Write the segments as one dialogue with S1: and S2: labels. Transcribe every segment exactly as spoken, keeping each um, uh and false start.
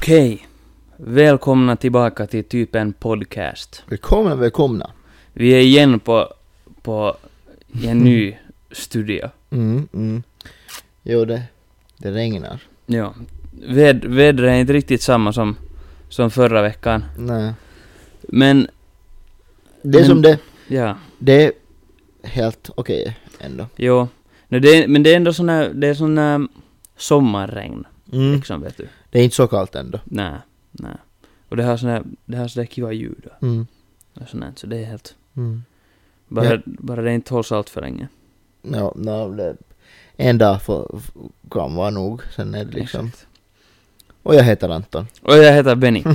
S1: Okej, välkomna tillbaka till typ en podcast.
S2: Välkomna, välkomna.
S1: Vi är igen på, på en ny studio.
S2: Mm, mm. Jo, det, det regnar.
S1: Ja, Ved, vädret är inte riktigt samma som, som förra veckan.
S2: Nej.
S1: Men...
S2: Det är
S1: men,
S2: som det.
S1: Ja.
S2: Det är helt okej okay ändå.
S1: Jo, no, det är, men det är ändå sån här, det är sån här sommarregn.
S2: Mm.
S1: Liksom, vet du.
S2: Det är inte så kallt ändå.
S1: Nej, nej. Och det har sån här, det har sådär kiva ljud.
S2: Mm.
S1: Och sånt här, så det är helt...
S2: Mm.
S1: Bara,
S2: Ja.
S1: bara det inte hålls allt för länge.
S2: Ja, no, det, en dag får, kan vara nog. Sen är det liksom...
S1: Exakt.
S2: Och jag heter Anton.
S1: Och jag heter Benny.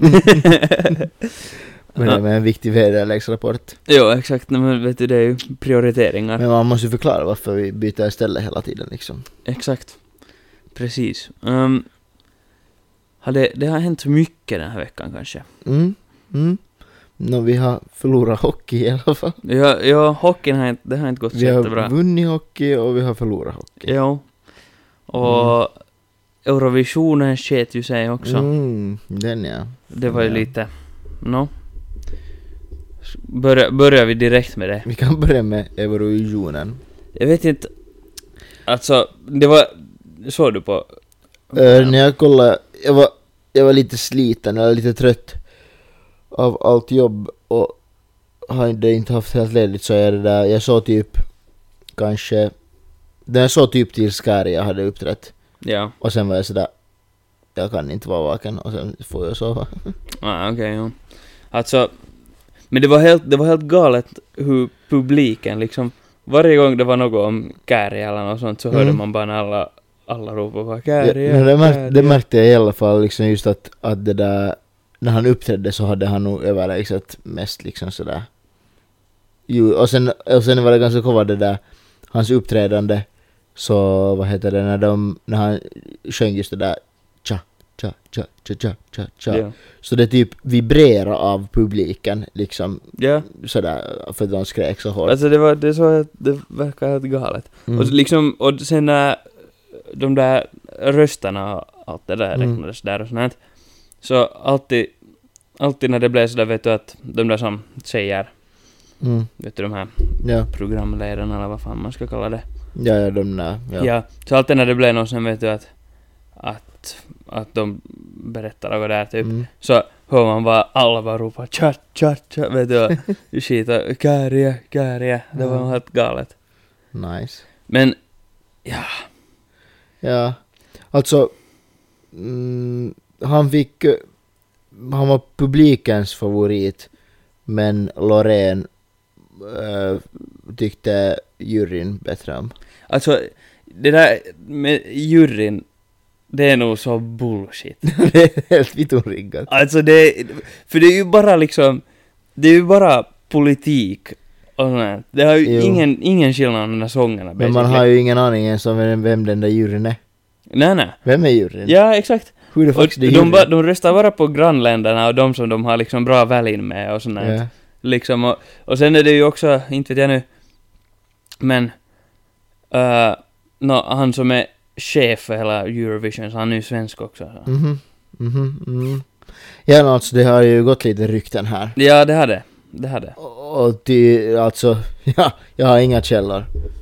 S2: Men det är med en viktig väderleksrapport.
S1: Jo, exakt. Men vet du, det är ju prioriteringar.
S2: Men man måste ju förklara varför vi byter ställe hela tiden liksom.
S1: Exakt. Precis. Um, har det, det har hänt mycket den här veckan kanske.
S2: Mm, mm. No, vi har förlorat hockey i alla fall.
S1: Ja, ja hockeyn har inte, det har inte gått så
S2: Vi
S1: jättebra.
S2: har vunnit hockey och vi har förlorat hockey.
S1: Jo. Och mm. Eurovisionen sket ju sig också.
S2: Mm, den ja.
S1: Det var ju
S2: ja.
S1: lite... No. Börjar, börjar vi direkt med det?
S2: Vi kan börja med Eurovisionen.
S1: Jag vet inte... Alltså, det var... Såg du på...
S2: Uh, när jag kollade, jag var, jag var lite sliten, jag var lite trött av allt jobb och hade inte haft helt ledigt, så jag det där, jag såg typ kanske, när jag såg typ till Skaria hade uppträtt.
S1: Ja.
S2: Och sen var jag sådär, jag kan inte vara vaken och sen får jag sova.
S1: Ah, okej, okay, ja. Alltså, men det var helt, det var helt galet hur publiken liksom, varje gång det var något om Kääri eller något sånt så hörde
S2: Mm.
S1: man bara när alla, alla ropade bara Kääri,
S2: Ja, men det, märk,
S1: Kääri.
S2: det märkte jag i alla fall liksom just att, att det där, när han uppträdde så hade han nog överlägset mest liksom sådär. Jo, och sen, och sen var det ganska kvar det där, hans uppträdande, så vad heter det, när de, när han sjöng just det där cha, cha, cha, cha, cha, cha, cha.
S1: Ja.
S2: Så det typ vibrerar av publiken liksom
S1: Ja,
S2: sådär, för att de skrek så hårt.
S1: alltså det var, det så att det verkar helt galet.
S2: Mm.
S1: Och så liksom, och sen när de där rösterna och allt det där
S2: Mm.
S1: räknades där och sånt, så alltid, alltid när det blev sådär, vet du, att de där som säger,
S2: Mm.
S1: vet du, de här
S2: Ja,
S1: programledarna eller vad fan man ska kalla det.
S2: ja, ja, de där, ja.
S1: Ja, så alltid när det blev någon som vet du att, att, att de berättar något där typ,
S2: Mm.
S1: så hör man bara alla bara ropa tja, tja, tja, vet du, skit och Kääriä, Kääriä, det var
S2: Mm.
S1: helt galet.
S2: Nice.
S1: Men, ja,
S2: Ja, alltså mm, han fick, han var publikens favorit, men Loreen äh, tyckte juryn bättre om.
S1: alltså det där med juryn, det är nog så bullshit.
S2: Det är helt vittunriggat.
S1: Alltså det, för det är ju bara liksom, det är ju bara politik och sånt här. Det har ju
S2: Jo.
S1: ingen, ingen skillnad om de där sångerna.
S2: Men man har ju ingen aning ens om vem, vem den där juryn är.
S1: Nej, nej.
S2: Vem är juryn?
S1: Ja, exakt.
S2: Hur är det
S1: Och
S2: faktiskt det
S1: de,
S2: juryn?
S1: ba, de röstar bara på grannländerna och de som de har liksom bra välin med och sånt här.
S2: Ja.
S1: Liksom, och, och sen är det ju också, inte vet jag nu, men uh, no, han som är chef för hela Eurovision, så han är ju svensk också. Så.
S2: Mhm, mhm, mhm. Ja, no, alltså det har ju gått lite rykten här.
S1: Ja, det hade. Det hade.
S2: Och, och ty, alltså, ja, jag har inga källor.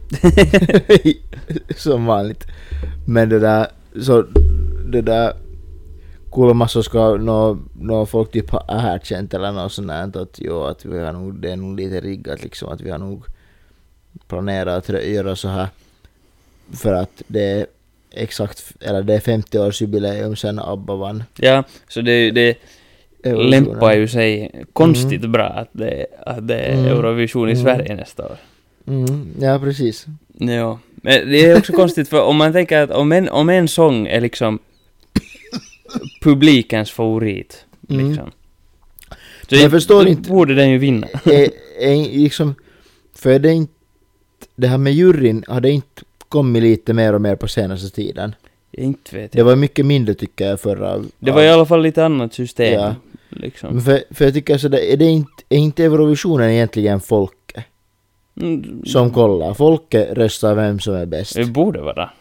S2: Som vanligt. Men det där, så det där kuulemma så ska nå nå folk typ ha erkänt eller något sånt där, att jo, att vi har nog, det är nog lite riggat liksom, att vi har nog planerat att göra så här för att det är exakt, eller det är femtio års jubileum sen ABBA vann.
S1: Ja, så det, det lämpar ju sig konstigt
S2: Mm.
S1: bra att det, att det är
S2: Mm.
S1: Eurovision i
S2: Mm.
S1: Sverige nästa år.
S2: Mm, ja, precis.
S1: Ja, men det är också konstigt för om man tänker att om en, om en sång är liksom publikens favorit,
S2: Mm.
S1: liksom. Så
S2: Jag
S1: det,
S2: förstår
S1: då
S2: inte.
S1: borde den ju vinna.
S2: är, är, liksom, för det är inte, det här med juryn har det inte kommit lite mer och mer på senaste tiden.
S1: Inte vet
S2: Det
S1: jag.
S2: var mycket mindre tycker jag förra av,
S1: Det var i alla fall lite annat system.
S2: Ja.
S1: Liksom.
S2: Men för, för jag tycker så det, är det inte, är inte Eurovisionen egentligen folket
S1: Mm,
S2: som kollar? Folket röstar vem som är bäst.
S1: Det borde vara.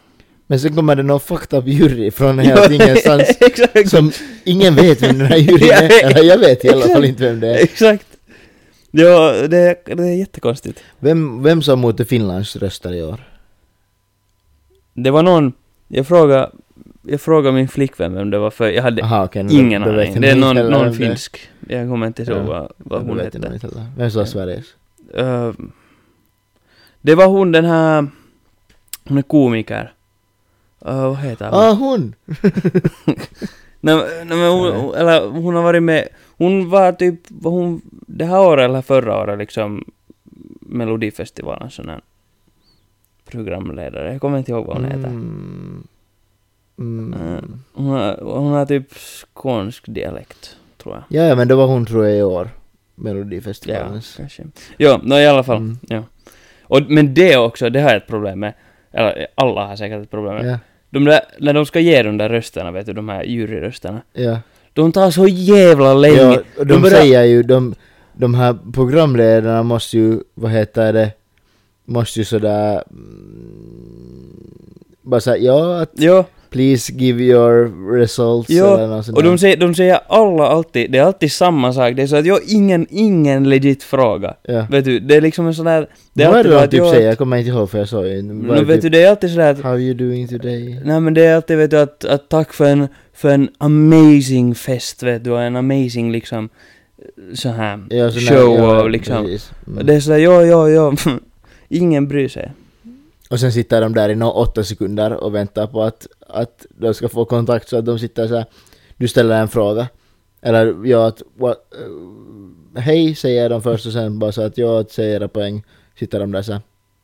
S2: Men sen kommer det någon fucked up jury från helt ingenstans.
S1: Exakt.
S2: Som ingen vet vem den här juryn
S1: Ja,
S2: är. Eller jag vet i alla
S1: exakt.
S2: fall inte vem det är.
S1: Exakt. Ja, det, det är jättekonstigt.
S2: Vem, vem sa emot Finlands röster i år?
S1: Det var någon, jag frågade, jag frågade min flickvän vem det var för, jag hade
S2: Aha, okay,
S1: ingen
S2: då, då vet
S1: aning.
S2: jag
S1: Det är
S2: inte
S1: någon,
S2: heller
S1: någon
S2: vem det är.
S1: finsk. Jag kommer inte ihåg
S2: Ja,
S1: vad, vad
S2: då
S1: hon
S2: vet
S1: hette.
S2: jag inte heller. Vem sa
S1: Ja.
S2: Sveriges?
S1: Uh, det var hon den här, hon är komiker. Uh, vad heter hon?
S2: Ah, hon!
S1: nej, nej, men hon, hon, eller hon har varit med, hon var typ, var hon det här året eller förra året liksom Melodifestivalen sån här programledare. Jag kommer inte ihåg vad hon heter.
S2: Mm. Mm.
S1: Uh, hon, har, hon har typ skånsk dialekt, tror jag.
S2: Ja, ja, men det var hon tror jag i år.
S1: Ja,
S2: Melodifestivalens.
S1: kanske. Jo, no, i alla fall.
S2: Mm.
S1: Ja. Och, men det också, det har jag ett problem med. Eller alla har säkert ett problem med.
S2: Ja,
S1: De där, när de ska ge de där rösterna, vet du, de här juryrösterna.
S2: ja.
S1: De tar så jävla länge.
S2: Ja, och de,
S1: de börjar-
S2: säger ju, de, de här programledarna måste ju, vad heter det, måste ju sådär, mm, bara säga, ja, att
S1: Ja,
S2: please give your results
S1: Ja,
S2: eller något sånt
S1: och
S2: där.
S1: de säger, de säger alla alltid, det är alltid samma sak. Det är så att jag ingen, ingen legit fråga.
S2: Ja.
S1: Vet du, det är liksom en sån där... Det är
S2: Vad är
S1: alltid
S2: det
S1: bara
S2: de
S1: att
S2: typ
S1: jag...
S2: säger? Jag kommer inte ihåg för jag sa ju.
S1: No,
S2: Vad är
S1: vet du,
S2: typ,
S1: det är alltid sådär att...
S2: how are you doing today?
S1: Nej men det är alltid, vet du, att, att tack för en, för en amazing fest, vet du, och en amazing liksom så här
S2: Ja, sån här-
S1: show
S2: ja,
S1: och liksom...
S2: precis. Mm.
S1: Det är sådär, ja, ja, ja, ingen bryr sig.
S2: Och sen sitter de där i några åtta sekunder och väntar på att, att de ska få kontakt så att de sitter så här. Du ställer en fråga. Eller ja, att what, uh, hej säger de först och sen bara så att jag att säger era poäng. Sitter de där så här.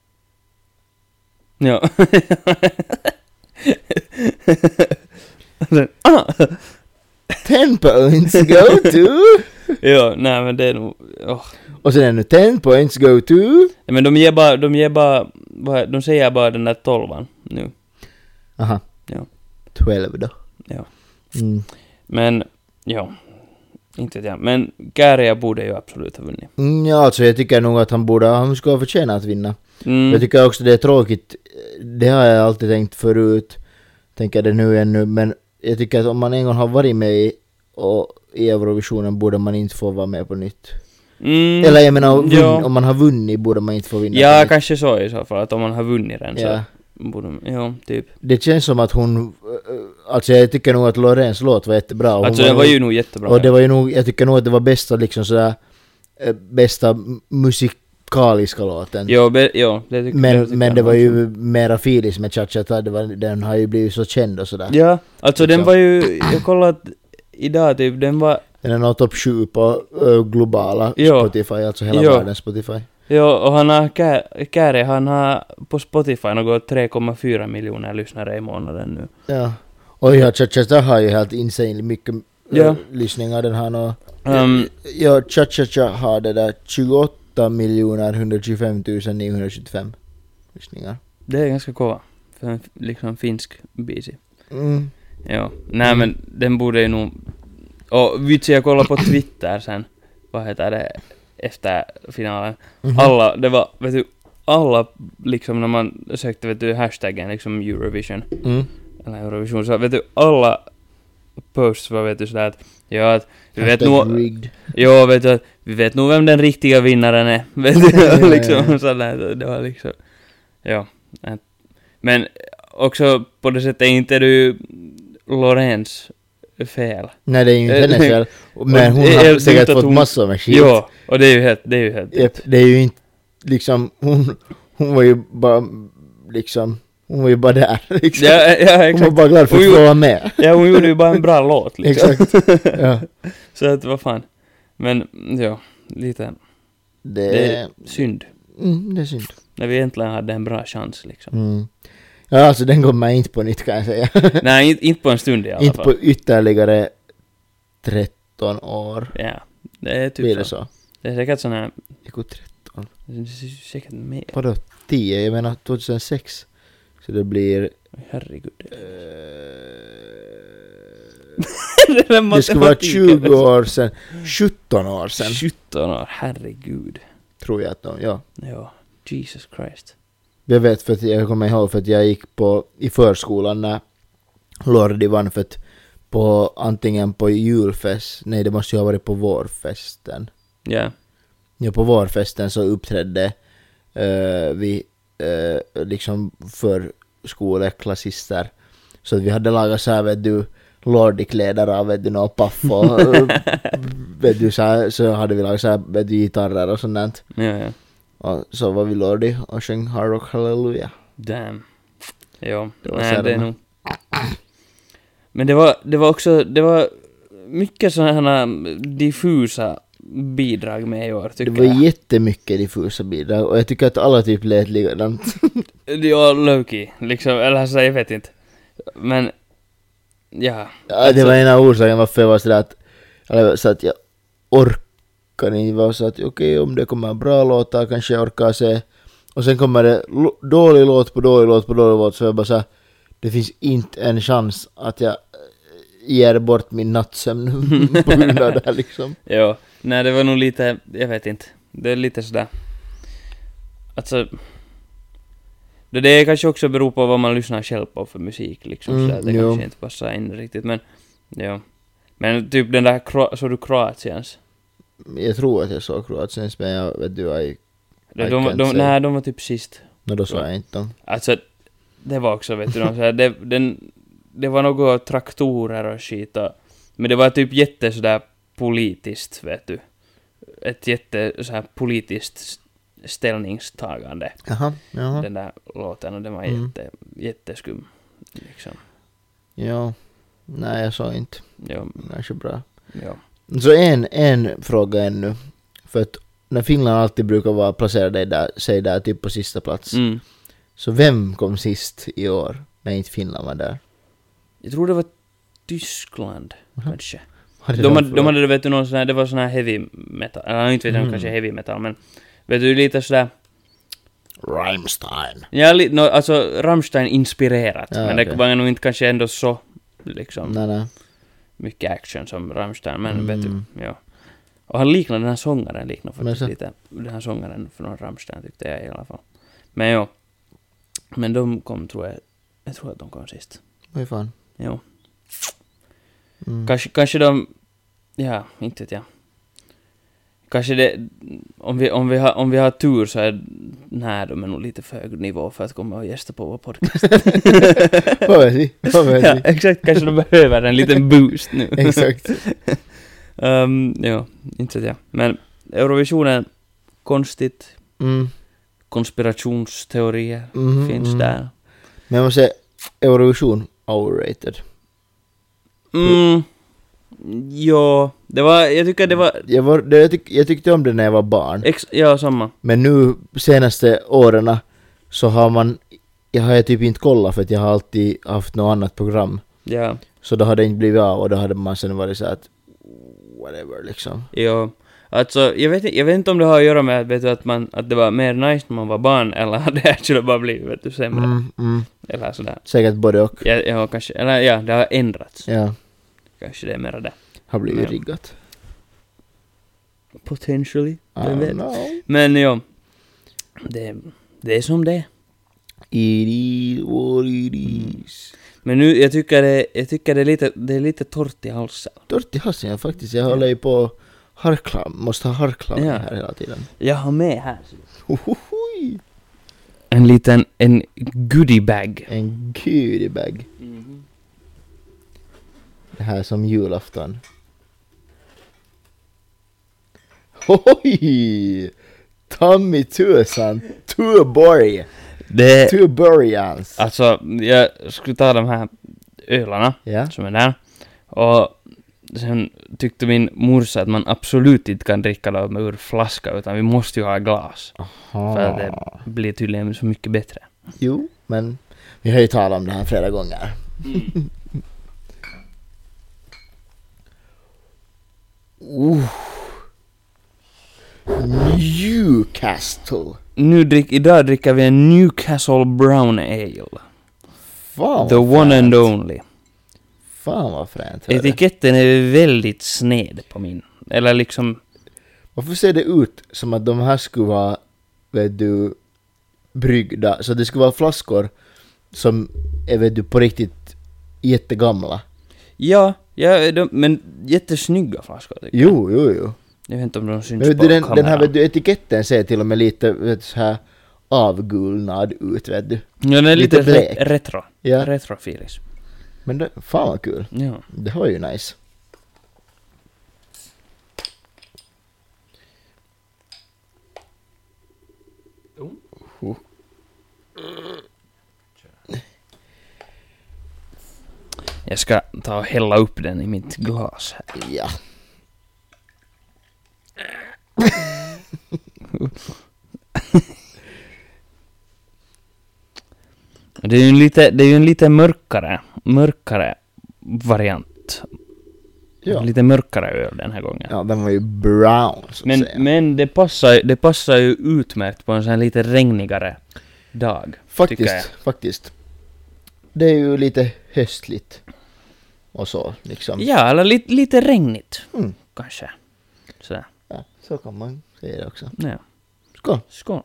S1: Ja. Sen, ah!
S2: ten points go to!
S1: Ja, nej men det är nog... Oh.
S2: Och sen ännu ten points go to!
S1: Nej, men de ger bara, de ger bara, vad- de säger bara den där tolvan nu.
S2: Aha.
S1: Ja.
S2: twelve då.
S1: Ja.
S2: Mm.
S1: Men, ja. Inte vet jag. Men Kääriä borde ju absolut ha vunnit.
S2: Mm, ja, alltså jag tycker nog att han borde, han ska förtjäna att vinna.
S1: Mm.
S2: Jag tycker också det är tråkigt, det har jag alltid tänkt förut, tänker det nu ännu, men jag tycker att om man en gång har varit med i, och i Eurovisionen borde man inte få vara med på nytt.
S1: Mm.
S2: Eller jag menar, vunn,
S1: Ja.
S2: om man har vunnit borde man inte få vinna på
S1: Ja,
S2: nytt.
S1: kanske så i så fall. Att om man har vunnit den så
S2: Ja.
S1: borde man, ja, typ.
S2: Det känns som att hon, äh, alltså jag tycker nog att Loreens låt var jättebra. och
S1: Alltså
S2: hon
S1: den var
S2: nog-
S1: ju nog jättebra.
S2: Och det var ju nog, jag tycker nog att det var bästa liksom sådär, äh, bästa m- musikaliska låten.
S1: Jo, be, jo, det tycker
S2: Men,
S1: det tycker
S2: men
S1: jag
S2: det var
S1: också.
S2: ju mera Filis med Cha Cha Ta, det var, den har ju blivit så känd och sådär.
S1: Ja, alltså den
S2: Liksom.
S1: var ju, jag kollade idag typ, den var,
S2: Den är nog topp sju på uh, globala
S1: Jo.
S2: Spotify, alltså hela
S1: Jo.
S2: världens Spotify.
S1: jo, och han har, Kää- Kääriä, han har på Spotify något tre komma fyra miljoner lyssnare i månaden nu.
S2: Ja. Och ja, Cha Cha Ta har ju helt insane mycket uh,
S1: Ja.
S2: lyssningar. Den har nog...
S1: Um,
S2: Ja, Cha Cha Cha har det där tjugoåtta miljoner etthundratjugofem tusen niohundrasjuttiofem lyssningar.
S1: det är ganska kova för en liksom finsk busy.
S2: Mm.
S1: Ja, nej
S2: Mm.
S1: men den borde ju nog... Och vitsi, jag kollade på Twitter sen, vad heter det, efter finalen.
S2: Mhm.
S1: Alla, det var, vet du, alla liksom när man sökte, vet du, hashtaggen liksom Eurovision,
S2: Mm.
S1: eller Eurovision, så vet du, alla posts var, vet du, sådär att, ja, att vi vet
S2: Hashtag
S1: nog,
S2: rigged.
S1: jo, vet du, att vi vet nog vem den riktiga vinnaren är, vet
S2: Ja, ja,
S1: du,
S2: ja.
S1: liksom, sådär, det var liksom, ja, att, men också på det sättet är inte du Loreens fel.
S2: Nej, det är ju inte
S1: Eh,
S2: hennes fel. Men hon
S1: det är
S2: har
S1: helt
S2: säkert
S1: dumt att
S2: fått
S1: hon-
S2: massor med skit.
S1: Jo, och det är ju helt, det är ju helt
S2: Japp, det är ju inte liksom, hon, hon var ju bara liksom, hon var ju bara där liksom.
S1: Ja, ja,
S2: Hon var
S1: exakt.
S2: bara glad för
S1: Hon
S2: att få
S1: gjorde-
S2: vara med.
S1: Ja, hon gjorde ju bara en bra låt liksom.
S2: Exakt. Ja.
S1: Så att, vad fan. Men, ja, lite,
S2: Det,
S1: det
S2: är,
S1: är synd.
S2: mm, det är synd.
S1: När vi egentligen hade en bra chans liksom.
S2: Mm. Ja, alltså den kommer inte på nytt kan jag säga.
S1: Nej, inte, inte på en stund i alla
S2: Inte
S1: fall.
S2: på ytterligare tretton år.
S1: Ja, det är
S2: Blir
S1: typ
S2: det
S1: så.
S2: så?
S1: Det är säkert sån här,
S2: Eko tretton.
S1: det är säkert mer.
S2: Vadå tio? Jag menar tjugohundrasex. Så det blir...
S1: Herregud.
S2: eh,
S1: det, är
S2: det skulle vara tjugo år sedan. sjutton år sedan.
S1: sjutton år, herregud.
S2: Tror jag att de, ja.
S1: Ja, Jesus Christ.
S2: Jag vet för att jag kommer ihåg för att jag gick på i förskolan när Lordi vann för att på antingen på julfest, nej det måste ju ha varit på vårfesten.
S1: Ja. Yeah.
S2: Ja, på vårfesten så uppträdde uh, vi uh, liksom för skoleklassister. Så att vi hade lagat så här, vet du, Lordi-kläder av, vet du, någon paff och vet du, så, här, så hade vi lagat så här, vet du, gitarrer och sånt där.
S1: Ja, ja.
S2: Och så var vi Lordi och sjöng Hard Rock Hallelujah.
S1: Damn. Jo,
S2: det
S1: nej det är nog. Men det var, det var också, det var mycket sådana diffusa bidrag med i år, tycker jag.
S2: Det var jag. jättemycket diffusa bidrag och jag tycker att alla typ lät likadant.
S1: Ja, Loki, liksom, eller så jag vet inte. Men, ja.
S2: Ja, alltså, det var en av orsakerna varför jag var sådär att, eller så att jag orkar inte vara så att okej, okay, om det kommer bra låtar kanske jag orkar se. Och sen kommer det lo- dålig låt på dålig låt på dålig låt, så jag bara såhär, det finns inte en chans att jag ger bort min nattsömn på grund av det här liksom.
S1: Ja, nej det var nog lite, jag vet inte, det är lite sådär, alltså, det, det kanske också beror på vad man lyssnar själv på för musik liksom, mm, sådär, det jo. kanske inte passar in riktigt, men, ja. Men typ den där, så du Kroatiens?
S2: Jag tror att jag såg Kroatiens, men jag vet du, I,
S1: de, de, de, nej, de var typ sist.
S2: Nej, då sa jag inte dem.
S1: Alltså, det var också, vet du, de, såhär, det, den, det var något traktorer och skit och, men det var typ jätte sådär politiskt, vet du. Ett jätte såhär politiskt ställningstagande.
S2: Jaha, jaha.
S1: Den där låten, och den var
S2: Mm.
S1: jätte, jätteskum liksom.
S2: Ja, nej jag sa inte.
S1: Ja.
S2: Kanske bra.
S1: Ja.
S2: Så en, en fråga ännu. För att när Finland alltid brukar vara placerade där, säg där typ på sista plats.
S1: Mm.
S2: Så vem kom sist i år när inte Finland var där?
S1: Jag tror det var Tyskland, uh-huh. kanske.
S2: Hade
S1: de,
S2: de,
S1: hade, de hade, vet du, någon sån här, det var sån här heavy metal, eller inte vet jag, mm. kanske heavy metal, men vet du, lite sådär
S2: Rammstein.
S1: Ja, li, no, alltså Rammstein inspirerat,
S2: ja,
S1: men
S2: okay.
S1: det var nog inte kanske ändå så liksom
S2: nej, nej.
S1: mycket action som Rammstein, men
S2: Mm.
S1: vet du, ja. Och han liknar den här sångaren, liknar faktiskt
S2: så.
S1: lite den här sångaren från Rammstein, tyckte jag i alla fall. Men ja, men de kom, tror jag, jag tror att de kom sist.
S2: Vad fan?
S1: Jo.
S2: Mm.
S1: Kanske, kanske de, ja, inte vet jag. Kanske det, om vi, om vi, har, om vi har tur så är nej, de är nog lite för hög nivå för att komma och gästa på vår podcast.
S2: Vad vet vi? Vad vet vi?
S1: Ja, exakt, kanske de behöver en liten boost nu.
S2: Exakt.
S1: um, ja, inte vet jag. Men Eurovisionen, konstigt.
S2: Mm.
S1: Konspirationsteorier
S2: Mm,
S1: finns
S2: mm.
S1: där.
S2: Men jag måste säga, Eurovision overrated.
S1: Mm. Ja, det var, jag tycker det var...
S2: Jag, var, det, jag, tyck, jag tyckte om det när jag var barn.
S1: Ex, ja, samma.
S2: Men nu, senaste åren, så har man... Jag har typ inte kollat för att jag har alltid haft något annat program.
S1: Ja.
S2: Så då hade det inte blivit av och då hade man sen varit så att... Whatever, liksom.
S1: Ja. Alltså, jag vet, jag vet inte om det har att göra med att, vet du, att, man, att det var mer nice när man var barn, eller att det skulle bara bli, vet du, sämre.
S2: Mm, mm.
S1: Eller sådär.
S2: Säkert både och.
S1: Ja, ja, kanske. Eller ja, det har ändrats.
S2: Ja.
S1: Kanske det är mer det.
S2: Har blivit
S1: Men,
S2: riggat.
S1: Potentially.
S2: I don't know.
S1: Men ja, det, det är som det är.
S2: It is what it is.
S1: Men nu, jag tycker det, jag tycker det är lite, det är lite torrt i halsen.
S2: Torrt i halsen, ja, faktiskt. Jag håller ju på harklam. Måste ha harklam
S1: Ja.
S2: här hela tiden.
S1: Jag har med här.
S2: Hohohoj.
S1: En liten, en goodie bag.
S2: En goodiebag.
S1: Mm-hmm.
S2: Det här är som julafton. Hoj! Tommy Tusan. Tuborg.
S1: Det,
S2: Tuborgians.
S1: alltså, jag skulle ta de här ölarna
S2: Ja.
S1: som är där. Och sen tyckte min morsa att man absolut inte kan dricka dem ur flaska, utan vi måste ju ha glas.
S2: Aha.
S1: För att det blir tydligen så mycket bättre.
S2: Jo, men vi har ju talat om det här flera gånger.
S1: Mm.
S2: uh. Newcastle.
S1: Nu drick, idag dricker vi en Newcastle Brown Ale.
S2: Fan
S1: The
S2: vad
S1: one
S2: fränt.
S1: and only.
S2: Fan vad fränt. hörru.
S1: Etiketten är väldigt sned på min. Eller liksom...
S2: Varför ser det ut som att de här skulle vara, vet du, bryggda. Så det skulle vara flaskor som är vet du, på riktigt jättegamla.
S1: Ja, ja de, men jättesnygga flaskor tycker jag.
S2: Jo, jo, jo.
S1: Jag vet inte om de syns
S2: Men vet
S1: på
S2: du, den,
S1: kameran.
S2: den här vet du, etiketten ser till och med lite vet du, så här avgulnad ut, vet du.
S1: Ja, den är lite,
S2: lite blek.
S1: re- retro.
S2: Ja.
S1: Retro feelings.
S2: Men det, fan vad kul.
S1: Ja.
S2: Det var ju nice. Oh.
S1: Jag ska ta och hälla upp den i mitt glas här.
S2: Ja.
S1: Det är ju en lite, det är ju en lite mörkare, mörkare variant.
S2: Ja.
S1: Lite mörkare öl den här gången.
S2: Ja, den var ju brown så
S1: Men,
S2: att säga.
S1: men det passar, det passar ju utmärkt på en sån här lite regnigare dag. tycker
S2: Faktiskt,
S1: jag.
S2: faktiskt. Det är ju lite höstligt. Och så liksom.
S1: Ja, eller lite, lite regnigt.
S2: Mm.
S1: Kanske. Sådär.
S2: Ja, så kan man säga det också.
S1: Ja.
S2: Skål.
S1: Skål.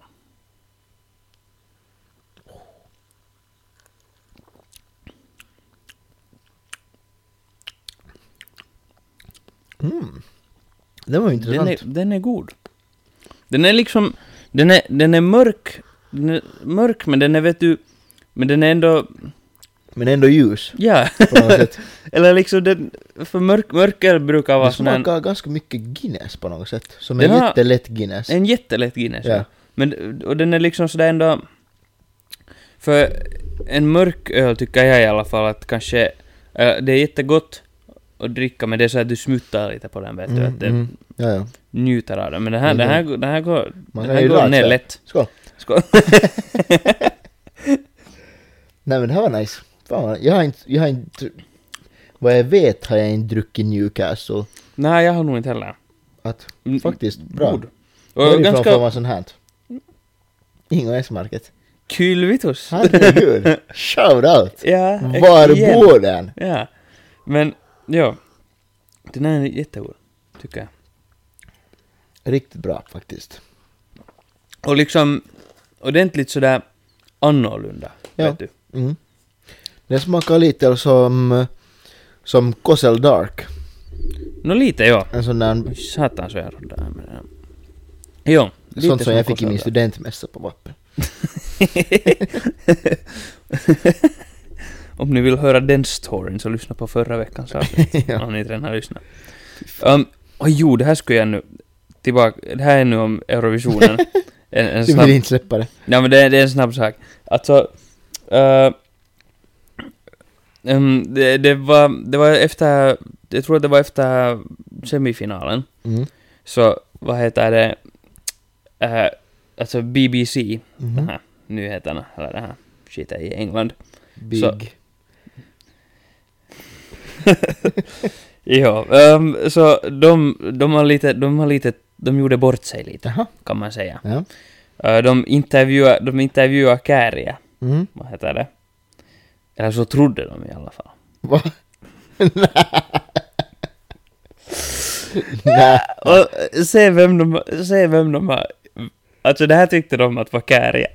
S2: Mm. Det var ju
S1: Den
S2: intressant.
S1: är, den är god. Den är liksom... Den är, den är mörk. Den är mörk, men den är, vet du... Men den är ändå...
S2: Men ändå ljus
S1: Ja.
S2: på något sätt.
S1: Eller liksom den... För mörk, mörker brukar vara
S2: Det
S1: sån här...
S2: smakar ganska mycket Guinness på något sätt. Som
S1: Den
S2: en
S1: har-
S2: jättelätt Guinness.
S1: En jättelätt Guinness.
S2: Ja.
S1: Ja. Men, och den är liksom sådär ändå... För en mörk öl tycker jag i alla fall att kanske... Äh, det är jättegott att dricka, men det är så att du smuttar lite på den, vet du.
S2: Mm,
S1: Att det
S2: mm. Ja, ja.
S1: njuter av den. Men det här,
S2: Mhm.
S1: den här, den här går...
S2: Man
S1: Den
S2: kan
S1: här
S2: ju
S1: går
S2: rakt
S1: ner
S2: där.
S1: lätt.
S2: Skål.
S1: Skål.
S2: Nej men det här var nice. Fan, vad- jag har inte... Jag har inte vad jag vet har jag inte druckit Newcastle.
S1: Nej, jag har nog inte heller.
S2: Att
S1: Mm,
S2: faktiskt bra.
S1: God.
S2: Varifrån
S1: Och
S2: får
S1: ganska
S2: man sån här? Ingo S-market.
S1: kylvitus.
S2: Herregud. Shout out.
S1: Ja,
S2: Var
S1: igen.
S2: bor den?
S1: Ja. Men, ja. Den här är jättegod, tycker jag.
S2: Riktigt bra faktiskt.
S1: Och liksom ordentligt sådär annorlunda,
S2: Ja.
S1: vet du.
S2: Mm. Den smakar lite som som Kossel Dark.
S1: Nå lite, ja.
S2: En sån där
S1: Oj, satan så jag roddar här med den här. Jo, lite
S2: sånt som jag fick i min
S1: Kosovo.
S2: studentmässa på Vappen.
S1: Om ni vill höra den storyn så lyssna på förra veckans avsnitt.
S2: Ja.
S1: Om ni inte redan har lyssnat. Um, och jo, det här skulle jag nu tillbaka. Det här är nu om Eurovisionen. en, en
S2: Du
S1: snabb,
S2: vill inte släppa det.
S1: ja, men det, är- det är en snabb sak. Alltså, uh, um, det, det var det var efter, jag tror att det var efter semifinalen.
S2: Mm.
S1: Så vad heter det? Uh, alltså B B C,
S2: Mhm.
S1: de här nyheterna, eller det här skiten i England.
S2: Big.
S1: Så- Ja, um, så de, de har lite, de har lite, de gjorde bort sig lite,
S2: Jaha.
S1: kan man säga.
S2: Ja.
S1: Uh, de intervjuar, de intervjuar Kääriä,
S2: Mm.
S1: vad heter det? Eller så trodde de i alla fall.
S2: Va? Nej.
S1: Och se vem de, se vem de har, alltså det här tyckte de att var Kääriä.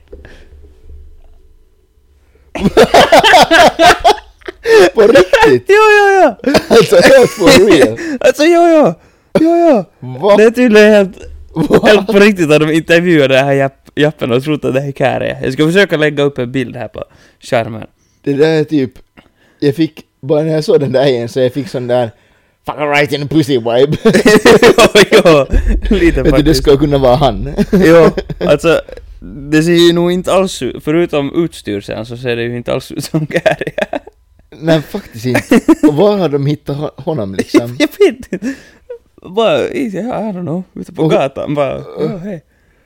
S2: På riktigt?
S1: Jo, jo, jo!
S2: Alltså helt for real?
S1: Alltså jo, jo! Jo, jo!
S2: Va?
S1: Det är tydligen helt,
S2: Va?
S1: helt på riktigt att de intervjuade den här japp, jappen och trodde att det här är Kääriä. Jag ska försöka lägga upp en bild här på skärmen.
S2: Det där är typ... Jag fick... Bara när jag såg den där igen så jag fick sån där... Fucking right in the pussy vibe.
S1: jo, jo, lite
S2: Vet du, det
S1: faktiskt.
S2: ska kunna vara han.
S1: Jo, alltså, det ser ju nog inte alls ut, förutom utstyrseln så ser det ju inte alls ut som Kääriä.
S2: Nej, faktiskt inte. Och var har de hittat ho- honom liksom?
S1: Jag vet inte. Bara, i- I don't know, ute på
S2: Och-
S1: gatan bara, oh, hej.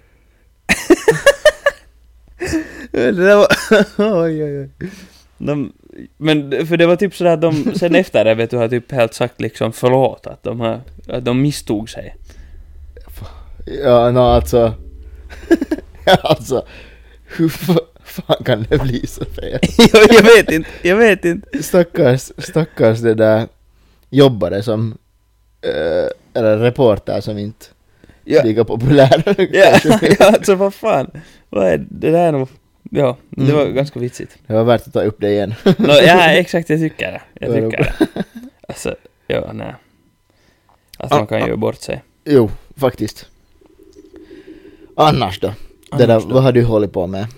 S1: Det där var, oj, oj, oj. De, men för det var typ sådär att de sen efter det vet du har typ helt sagt liksom förlåt att de har, att de misstog sig.
S2: Ja, no, alltså... alltså... Hur fa- fan kan det bli så fel?
S1: Jo, jag vet inte, jag vet inte.
S2: Stackars, stackars det där jobbare som... eh, eller reporter som inte
S1: Ja.
S2: lika populär.
S1: Ja, ja, alltså vad fan. Vad är det där nog? Ja, det var
S2: Mm.
S1: ganska vitsigt.
S2: Det var värt att ta upp det igen.
S1: No, ja, exakt, jag tycker det. Jag
S2: Vad
S1: tycker det. Alltså, ja, nej. Att man kan
S2: Ah,
S1: ju bort sig.
S2: Jo, faktiskt. Annars då?
S1: Annars
S2: det där,
S1: då?
S2: vad har du hållit på med?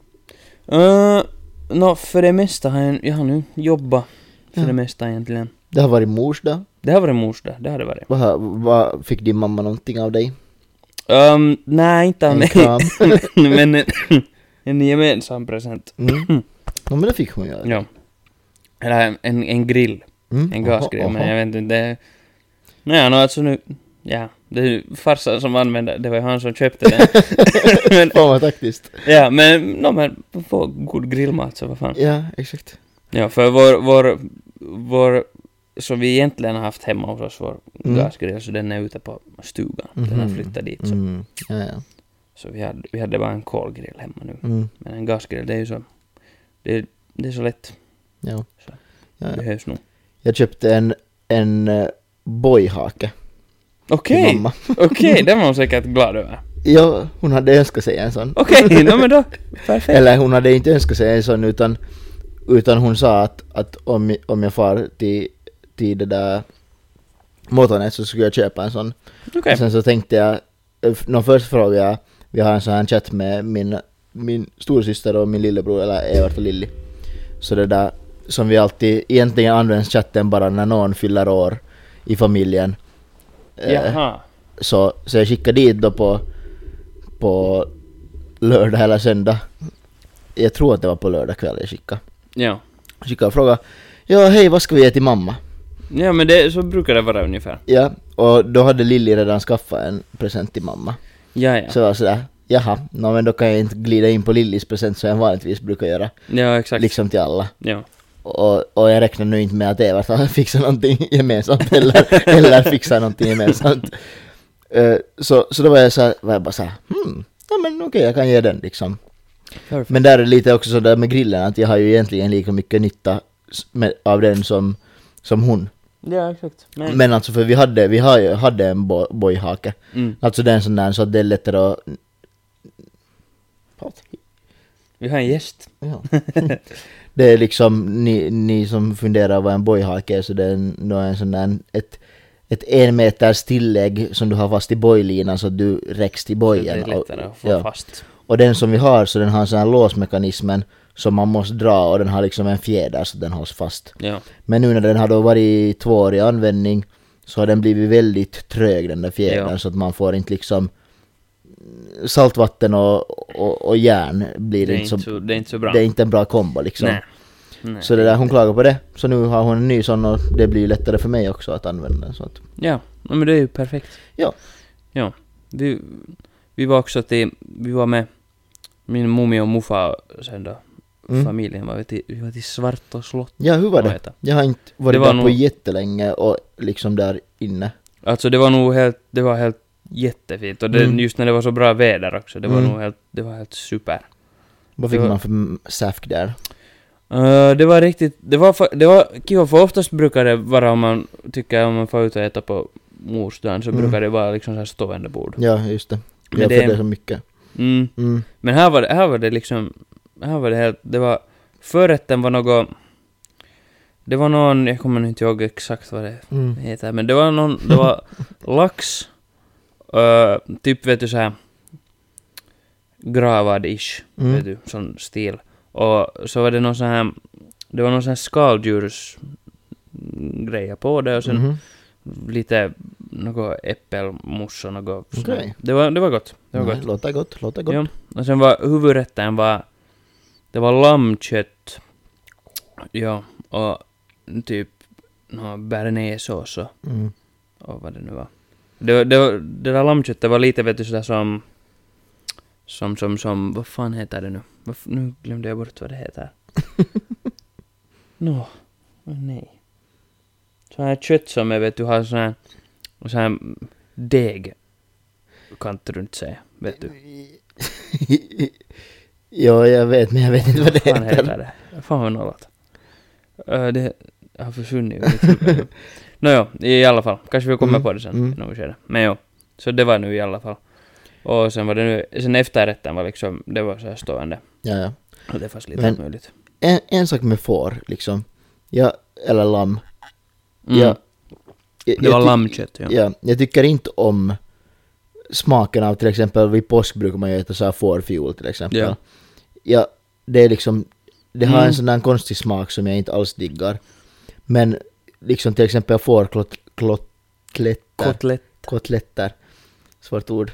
S1: Uh, no, för det mesta har jag, jag har nu jobbat. För
S2: Ja.
S1: det mesta egentligen.
S2: Det har varit mors dag.
S1: Det har varit mors dag, det har det varit.
S2: Vad, har- vad fick din mamma någonting av dig?
S1: Um, nej, inte av
S2: En
S1: mig.
S2: kram.
S1: Men en, en gemensam present.
S2: Mm. Ja, men det fick hon göra.
S1: Ja. Eller en, en grill.
S2: Mm.
S1: En gasgrill,
S2: Oho,
S1: men
S2: oho.
S1: jag vet inte, det... Nej, no, alltså nu... Ja, det är ju farsan som använde, det var ju han som köpte den. men,
S2: Fan vad taktiskt.
S1: ja, men, no, men få god grillmat så vad fan.
S2: Ja, exakt.
S1: Ja, för vår, vår, vår, som vi egentligen har haft hemma hos oss, vår
S2: Mm.
S1: gasgrill, så den är ute på stugan. Den har
S2: Mhm.
S1: flyttat dit, så,
S2: Mm. Ja, ja.
S1: så vi, hade, vi hade bara en kolgrill hemma nu.
S2: Mm.
S1: Men en gasgrill, det är ju så, det, det är så lätt,
S2: Ja.
S1: Så.
S2: Ja,
S1: det
S2: ja.
S1: behövs nog.
S2: Jag köpte en, en uh, bojhake till
S1: Okej,
S2: mamma.
S1: okej, den var hon säkert glad över.
S2: Ja, hon hade önskat sig en sån.
S1: Okej, no, men då, perfekt.
S2: Eller hon hade inte önskat sig en sån utan, utan hon sa att, att om, om jag far till, till det där Motornet så skulle jag köpa en sån.
S1: Okej.
S2: Och sen så tänkte jag, någon först frågade jag, vi har en sån här chatt med min, min storsyster och min lillebror, eller Evert och Lilly. Så det där som vi alltid, egentligen används chatten bara när någon fyller år i familjen. Eh,
S1: Jaha.
S2: Så, så jag skickade dit då på, på lördag eller söndag. Jag tror att det var på lördag kväll jag skickade.
S1: Ja.
S2: Jag skickade och frågade, ja hej vad ska vi ge till mamma?
S1: Ja, men det, så brukar det vara ungefär.
S2: Ja, och då hade Lilly redan skaffat en present till mamma.
S1: Ja, ja.
S2: Så jag var sådär, jaha, no, men då kan jag inte glida in på Lillys present som jag vanligtvis brukar göra.
S1: Ja, exakt.
S2: Liksom till alla.
S1: Ja.
S2: Och, och jag räknar nu inte med att Evert har fixat någonting gemensamt eller, eller fixar någonting gemensamt. Uh, så, så då var jag, så här, var jag bara såhär, hmm, ja men okej jag kan ge den liksom.
S1: Perfekt.
S2: Men där är det lite också så där med grillen att jag har ju egentligen lika mycket nytta s- med, av den som, som hon.
S1: Ja, exakt. Men,
S2: Men alltså för vi hade, vi har ju, hade en bo, bojhake.
S1: mm.
S2: Alltså den sån där så att det är lättare att...
S1: Vi har en gäst.
S2: Ja. Det är liksom, ni, ni som funderar vad en bojhake är så det är en, då är en sån där, ett, ett en meters tillägg som du har fast i bojlinan så att du räcks till
S1: Det
S2: bojen.
S1: är lättare att få
S2: ja.
S1: fast.
S2: Och den som vi har så den har en sån här låsmekanismen som man måste dra och den har liksom en fjäder så den hålls fast.
S1: Ja.
S2: Men nu när den har då varit två år i användning så har den blivit väldigt trög den där fjädern
S1: Ja.
S2: så att man får inte liksom saltvatten och, och, och järn blir
S1: Det är,
S2: inte så,
S1: inte så, det är inte så bra.
S2: det är inte en bra kombo liksom.
S1: Nej. Nej.
S2: Så det där, hon klagar på det. Så nu har hon en ny sån och det blir ju lättare för mig också att använda den så att.
S1: Ja, ja, men det är ju perfekt.
S2: Ja.
S1: Ja. Vi, vi var också till, vi var med min mummi och muffa sen då.
S2: Mm.
S1: Familjen var vi till, vi var till Svartå slott.
S2: Ja, hur var
S1: vad
S2: det?
S1: heter.
S2: Jag har inte varit
S1: Det var
S2: där på
S1: nog-
S2: jättelänge och liksom där inne.
S1: Alltså det var nog helt, det var helt jättefint. Och det,
S2: Mm.
S1: just när det var så bra väder också. Det var
S2: Mm.
S1: nog helt, det var helt super.
S2: Vad fick
S1: Det var-
S2: man för m- säfk där?
S1: Uh, det var riktigt, det var, fa- det var kiva för oftast brukar det vara om man tycker om man får ut och äta på morsdagen så
S2: Mm.
S1: brukar det vara liksom så här stående bord.
S2: Ja, just det.
S1: Men
S2: Jag
S1: det-
S2: följde så mycket.
S1: Mm.
S2: Mm.
S1: Men här var det, här var det liksom, här var det helt, det var, förrätten var något, det var någon, jag kommer inte ihåg exakt vad det
S2: Mm.
S1: heter, men det var någon, det var lax, uh, typ vet du så här gravad-ish,
S2: Mm.
S1: vet du, sån stil. Och så var det någon sån här, det var någon sån här skaldjurs grejer på det och sen
S2: Mhm.
S1: lite något äppelmousse och något sånt.
S2: Okej.
S1: Det var, det var gott, det var
S2: Nej,
S1: gott.
S2: låter gott, låter gott.
S1: Ja. Och sen var huvudrätten var, det var lammkött, ja, och typ no, bearnaisesås och,
S2: Mm.
S1: och vad det nu var. Det, var- det, var- det där lammköttet var lite vet du sådär som, som, som, som, vad fan heter det nu? Vad f- nu glömde jag bort vad det heter. Nå, no, nej. Så här kött som är vet du har sån här, sån här deg kant runt sig, vet du.
S2: Ja, jag vet, men jag vet inte vad det
S1: Vad fan
S2: heter.
S1: heter det? Fan vad nollat. Uh, det har försvunnit ur mitt huvud. Nåjo, i alla fall. Kanske vi kommer
S2: Mm,
S1: på det sen.
S2: mm.
S1: i något skede. Men jo. Så det var nu i alla fall. Och sen var det nu, sen efterrätten var liksom, det var så här stående.
S2: Ja, ja.
S1: Och det fanns lite
S2: Men-
S1: möjligt.
S2: En, en sak med får, liksom. Ja, eller lamm.
S1: Mm.
S2: Ja, jag,
S1: Det var
S2: jag ty-
S1: lammkött, ja.
S2: Ja, jag tycker inte om smaken av till exempel vid påsk brukar man ju äta så här fårfiol till exempel.
S1: Ja.
S2: Ja, det är liksom, det har
S1: Mm.
S2: en sån där konstig smak som jag inte alls diggar. Men liksom till exempel fårkotletter,
S1: Kotlett.
S2: kotletter, svårt ord.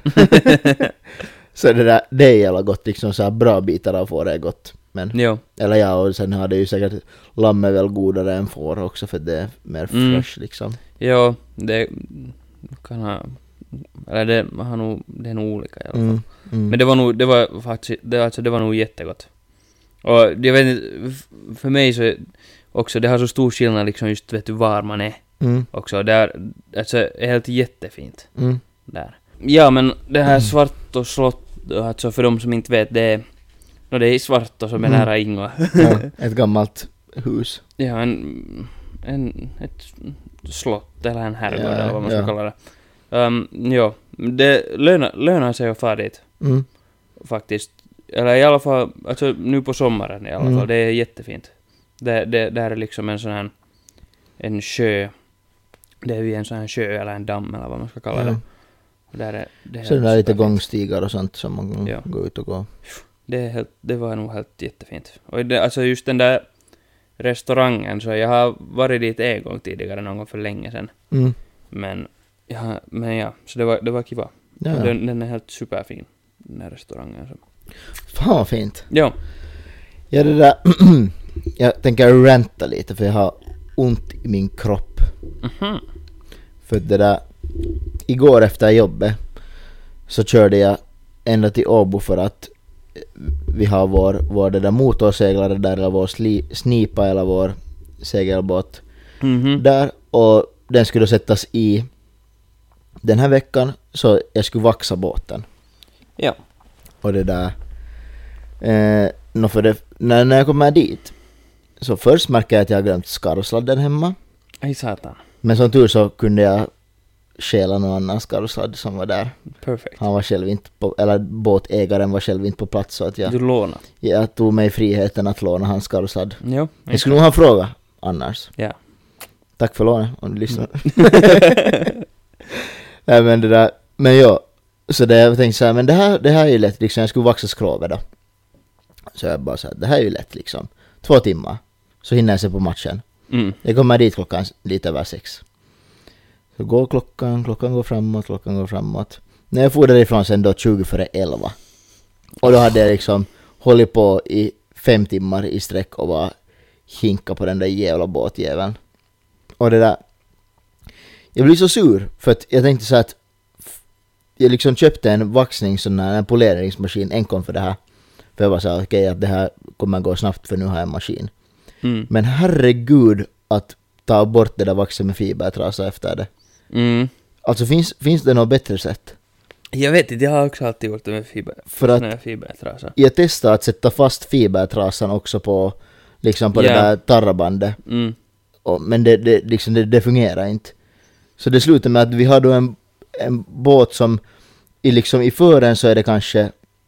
S2: Så det där, det är jävla gott, liksom så här bra bitar av får är gott. Men,
S1: Jo.
S2: eller ja, och sen har det ju säkert, lamm är väl godare än får också för det är mer
S1: Mm.
S2: fresh liksom.
S1: Jo, det kan ha... Eller det har nog... Det är nog olika i alla fall.
S2: Mm, mm.
S1: Men det var nog... Det var faktiskt... Det, alltså, det var nog jättegott. Och jag vet inte... f- För mig så... är Också, det har så stor skillnad liksom just vet du var man är.
S2: Mm,
S1: Också, det är... Alltså, är helt jättefint.
S2: mm.
S1: Där. Ja, men det här svart och slott... Alltså, för de som inte vet, det är... No, det är svart och som är
S2: Mm.
S1: nära Ingva.
S2: Ja, ett gammalt hus.
S1: Ja, en, en, ett slott eller en herrgård
S2: Ja,
S1: eller vad man ska
S2: ja.
S1: kalla det. Um, jo, det lönar, lönar sig att fara dit
S2: Mm.
S1: faktiskt. Eller i alla fall, alltså nu på sommaren i alla
S2: Mm.
S1: fall, det är jättefint. Det, det, det här är liksom en sån här, en sjö. Det är ju en sån här sjö eller en damm eller vad man ska kalla
S2: Ja.
S1: det. Och där är, det är
S2: Så det
S1: helt
S2: är lite
S1: superfint.
S2: gångstigar och sånt som man kan
S1: Ja.
S2: gå ut och gå.
S1: Det, är helt, det var nog helt jättefint. Och det, alltså just den där restaurangen, så jag har varit dit en gång tidigare, någon gång för länge sedan.
S2: Mm.
S1: Men, ja, men ja, så det var, det var kiva.
S2: Ja,
S1: Och
S2: ja.
S1: Den, den är helt superfin, den här restaurangen. Så.
S2: Fan vad fint.
S1: Ja,
S2: Ja, det där, jag tänker ranta lite för jag har ont i min kropp.
S1: mhm.
S2: För det där, igår efter jobbet så körde jag ända till Åbo för att vi har vår, vår det där motorseglare där, eller vår sli, snipa eller vår segelbåt
S1: Mhm.
S2: där, och den skulle sättas i den här veckan, så jag skulle vaxa båten.
S1: Ja.
S2: Och det där eh, no för det, när, när jag kommer dit så först märker jag att jag har glömt skarvsladden hemma,
S1: Aj satan.
S2: men som tur så kunde jag stjäla någon annan skarvsladd som var där.
S1: Perfect.
S2: Han var själv inte på, eller båtägaren var själv inte på plats, så att jag,
S1: Du lånar.
S2: jag tog mig friheten att låna hans skarvsladd.
S1: Jo.
S2: Jag skulle nog ha en fråga annars.
S1: Ja.
S2: Tack för lånet om du lyssnar. Nej men det där, men ja, så det jag tänkte så här, men det här, det här är ju lätt liksom, jag skulle vaxa skrovet då. Så jag bara så här, det här är ju lätt liksom. Två timmar, så hinner jag se på matchen.
S1: Mm.
S2: Jag kommer dit klockan lite över sex. Så går klockan, klockan går framåt, klockan går framåt. När jag får därifrån sen då tjugo före elva. Och då hade jag liksom hållit på i fem timmar i sträck och bara hinka på den där jävla båtjäveln. Och det där, jag blev så sur för att jag tänkte så att f- jag liksom köpte en vaxning, sån här, en poleringsmaskin enkom för det här. För jag var så här, okej, okay, att det här kommer gå snabbt för nu har jag en maskin.
S1: Mm.
S2: Men herregud att ta bort det där vaxen med fibertrasa efter det.
S1: Mm.
S2: Alltså finns, finns det något bättre sätt?
S1: Jag vet inte, jag har också alltid gjort det med fiber.
S2: För att
S1: sån här fibertrasa.
S2: jag testade att sätta fast fibertrasan också på liksom på
S1: Ja.
S2: det där tarrabandet.
S1: Mm.
S2: Och, men det, det, liksom, det, det fungerar inte. Så det slutar med att vi har då en, en båt som i, liksom, i fören så är det kanske,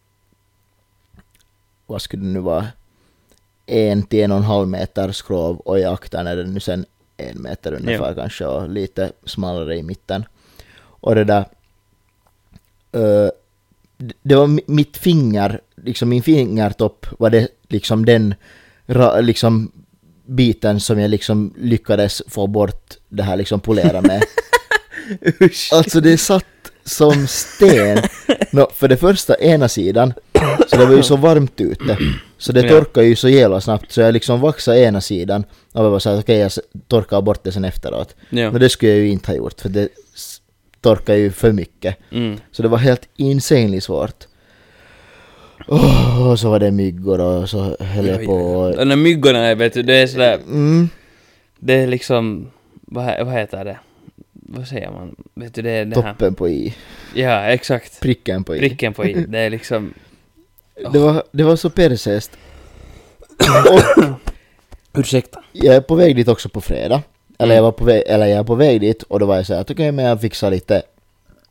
S2: vad skulle det nu vara, en till en och en halv meter skrov, och i akten är det nu sen en meter ungefär
S1: Ja.
S2: kanske, och lite smalare i mitten. Och det där, uh, det var mi- mitt finger, liksom min fingertopp var det liksom den ra, liksom biten som jag liksom lyckades få bort det här liksom polera med.
S1: Usch.
S2: Alltså det satt som sten. No, för det första ena sidan, så det var ju så varmt ute, så det
S1: Ja.
S2: torkade ju så jävla snabbt, så jag liksom vaxade ena sidan och jag var så här, okej, jag s- torkar bort det sen efteråt.
S1: Ja.
S2: Men det skulle jag ju inte ha gjort, för det s- torkar ju för mycket.
S1: Mm.
S2: Så det var helt insanely svårt. Oh, och så var det myggor och så höll jag
S1: Oj,
S2: på.
S1: oj, oj. De där myggorna, vet du, det är sådär,
S2: Mm,
S1: det är liksom, vad, he- vad heter det? Vad säger man? Vet du, det är det här.
S2: toppen på i.
S1: Ja, exakt.
S2: Pricken på i.
S1: Pricken på i. Det är liksom,
S2: Det var, det var så persest. Och
S1: ursäkta.
S2: jag är på väg dit också på fredag. Eller jag var på väg, eller jag är på väg dit, och då var jag så här att okej, men jag fixar lite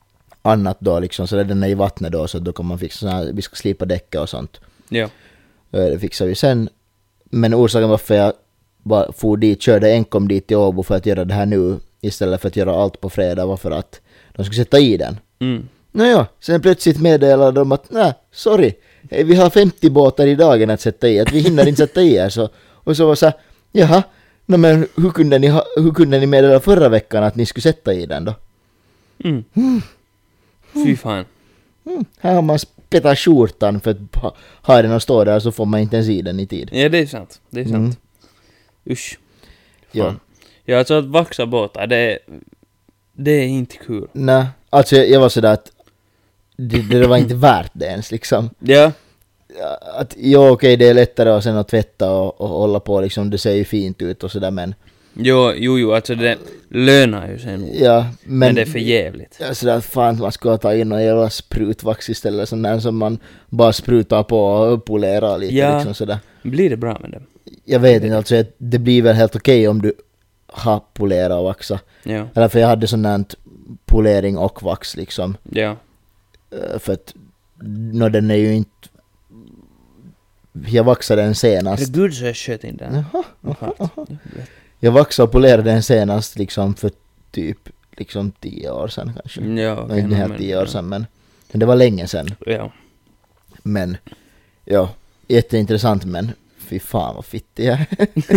S2: annat då liksom, så den är i vattnet då, så då kan man fixa så här, vi ska slipa däcket och sånt.
S1: Ja.
S2: Det fixar vi sen. Men orsaken varför jag bara for dit, körde enkom dit till Åbo för att göra det här nu istället för att göra allt på fredag var för att de skulle sätta i den.
S1: Mm.
S2: Nåja, sen plötsligt meddelade de att nej, sorry, vi har femtio båtar i dagen att sätta i, att vi hinner inte sätta i er. Så, och så var så här, jaha, no, men hur kunde, ni ha, hur kunde ni meddela förra veckan att ni skulle sätta i den då?
S1: Mm.
S2: Mm.
S1: Fy fan.
S2: Mm. Här har man spettat skjortan för att ha, ha den och stå där, så får man inte ens i den i tid.
S1: Ja, det är sant. Det är sant.
S2: Mm.
S1: Usch.
S2: Ja.
S1: Fan. Ja, alltså att vaxa båtar, det är, det är inte kul.
S2: Nej, alltså jag, jag var sådär att det, det var inte värt det ens liksom.
S1: Ja.
S2: Att ja, okej, det är lättare att sen att tvätta och, och hålla på liksom, det ser ju fint ut och sådär, men
S1: Jo, jo, jo, alltså det lönar ju sig nog.
S2: ja, men,
S1: Men det är för jävligt.
S2: ja, sådär att fan man ska ta in och jävla sprutvax istället, sån där som man bara sprutar på och polerar lite
S1: Ja.
S2: liksom sådär.
S1: Blir det bra med det?
S2: Jag vet inte, alltså det blir väl helt okej om du har polera och vaxa.
S1: Ja.
S2: Eller för jag hade sån där polering och vax liksom.
S1: Ja.
S2: Uh, för att no, den är ju inte, jag vaxade den senast.
S1: Herregud så jag sköt in den.
S2: Jaha,
S1: Jaha,
S2: jaha. Jag vaxade och polerade den senast liksom för typ liksom tio år sedan kanske.
S1: Ja,
S2: Okay,
S1: okej.
S2: inte helt tio år sedan, men, men det var länge sedan.
S1: Ja.
S2: Men ja, jätteintressant, men fy fan vad fittig jag är.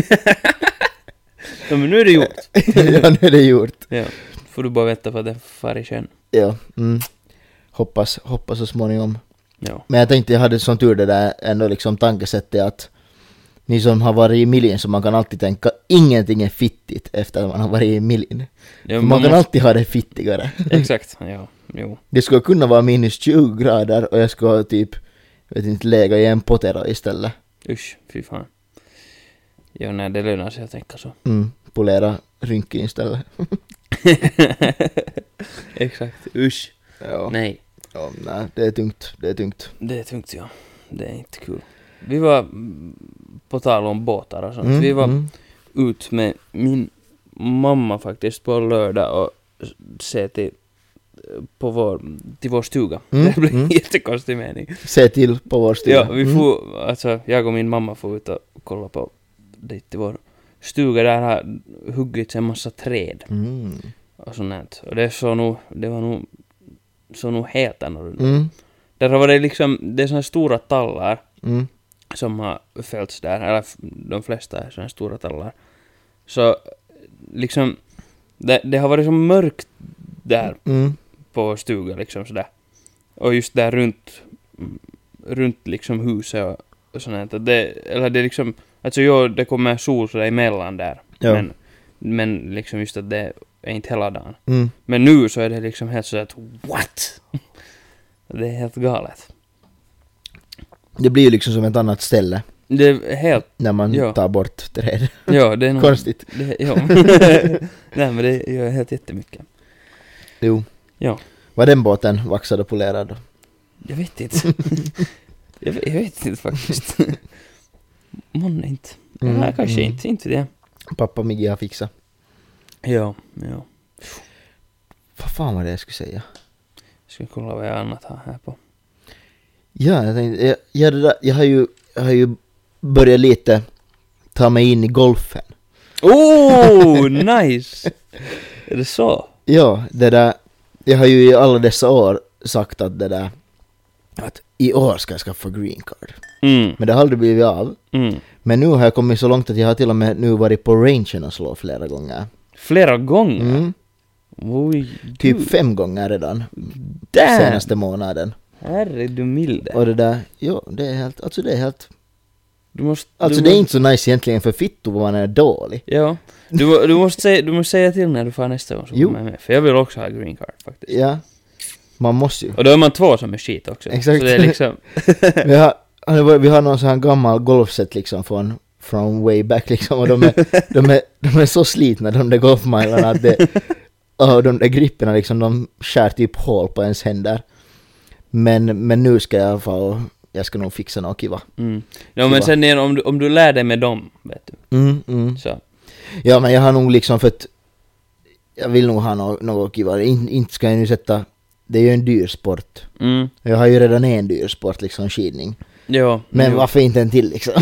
S1: Ja, men nu är det gjort.
S2: Ja, nu är det gjort.
S1: Ja. Får du bara vänta för att det far i sjön.
S2: Ja, mm. hoppas, hoppas så småningom.
S1: Ja.
S2: Men jag tänkte jag hade sån tur det där ändå liksom tankesättet att ni som har varit i miljen, så man kan alltid tänka ingenting är fittigt efter att man har varit i miljen.
S1: Ja,
S2: man,
S1: man
S2: kan
S1: måste-
S2: alltid ha det fittigare.
S1: Exakt, ja. Jo.
S2: Det skulle kunna vara minus tjugo grader och jag skulle typ, vet inte, lägga i en potera istället.
S1: Usch, fy fan. Ja, nej, det lönar sig att tänka så.
S2: Mm, polera rynken istället.
S1: Exakt, usch.
S2: Ja.
S1: Nej,
S2: Ja, nej, det är tungt, det är tungt.
S1: det är tungt, ja. Det är inte kul. Vi var, mm, på tal om båtar och sånt,
S2: Mm,
S1: vi var
S2: mm.
S1: ut med min mamma faktiskt på lördag och s- se till, på vår, till vår stuga.
S2: Mm,
S1: Det blev en
S2: mm.
S1: jättekonstig mening.
S2: Se till på vår stuga.
S1: Ja, vi
S2: Mm.
S1: får, alltså jag och min mamma får ut och kolla på dit till vår stuga. Där har huggits en massa träd
S2: Mm.
S1: och sånt där. Och det så nog, det var nog, så nog helt annorlunda.
S2: Mm.
S1: Där var det liksom, det är såna stora tallar
S2: Mm.
S1: som har fällts där, eller f- de flesta är såna stora tallar. Så liksom, det, det har varit så mörkt där
S2: Mm.
S1: på vår stuga liksom sådär. Och just där runt, mm, runt liksom huset och, och sånt där. Det, eller det är liksom, alltså jo, det kommer sol sådär emellan där.
S2: Ja.
S1: Men, men liksom just att det är inte hela dagen.
S2: Mm.
S1: Men nu så är det liksom helt sådär att what? Det är helt galet.
S2: Det blir ju liksom som ett annat ställe
S1: Det är helt,
S2: när man
S1: Ja.
S2: tar bort träd.
S1: ja det är nog...
S2: Konstigt.
S1: Det, ja. Nej men det gör helt jättemycket.
S2: Jo.
S1: Ja.
S2: Var den båten vaxad och polerad då?
S1: Jag vet inte. jag, vet, jag vet inte faktiskt. Månne inte.
S2: Mm,
S1: Ja, kanske
S2: mm.
S1: inte, inte det.
S2: Pappa Miggi har fixat.
S1: Ja, ja.
S2: Vad fan var det jag skulle säga?
S1: Jag ska kolla vad jag annat har här på.
S2: Ja, jag tänkte, jag, jag, det där, jag, har ju, jag har ju börjat lite ta mig in i golfen.
S1: Oh, nice! Är det så?
S2: Ja, det där, jag har ju i alla dessa år sagt att det där, att i år ska jag skaffa green card.
S1: Mm,
S2: Men det har aldrig blivit av.
S1: mm.
S2: Men nu har jag kommit så långt att jag har till och med nu varit på rangen och slå flera gånger.
S1: Flera gånger?
S2: Mm.
S1: Oj,
S2: Typ
S1: gud.
S2: fem gånger redan.
S1: Damn!
S2: Senaste månaden.
S1: Herre du milde.
S2: Och det där, ja, det är helt, alltså det är helt,
S1: Du måste...
S2: alltså
S1: du
S2: det är
S1: måste,
S2: inte så nice egentligen för fitto vad man är dålig.
S1: Ja. Du, må- du, måste säga, du måste säga till när du får nästa gång så
S2: Jo.
S1: kommer jag med. För jag vill också ha green card faktiskt.
S2: Ja, man måste ju.
S1: Och då är man två som är skit också.
S2: Exakt.
S1: Så det är liksom...
S2: Vi har, alltså, vi har någon sån här gammal golfset liksom från, från way back liksom, och de är, de är, de är så slitna de där golfmilarna att det, och de där gripperna liksom, de skär typ hål på ens händer. Men, men nu ska jag få, jag ska nog fixa något kiva.
S1: Mm. Ja, men sen igen, om du, om du lär dig med dem, vet du.
S2: Mm, mm.
S1: Så.
S2: Ja, men jag har nog liksom för att jag vill nog ha något, något kiva. In, inte ska jag nu sätta det är ju en dyr sport.
S1: Mm.
S2: Jag har ju redan en dyr sport, liksom skidning.
S1: Jo.
S2: Men
S1: jo.
S2: varför inte en till liksom?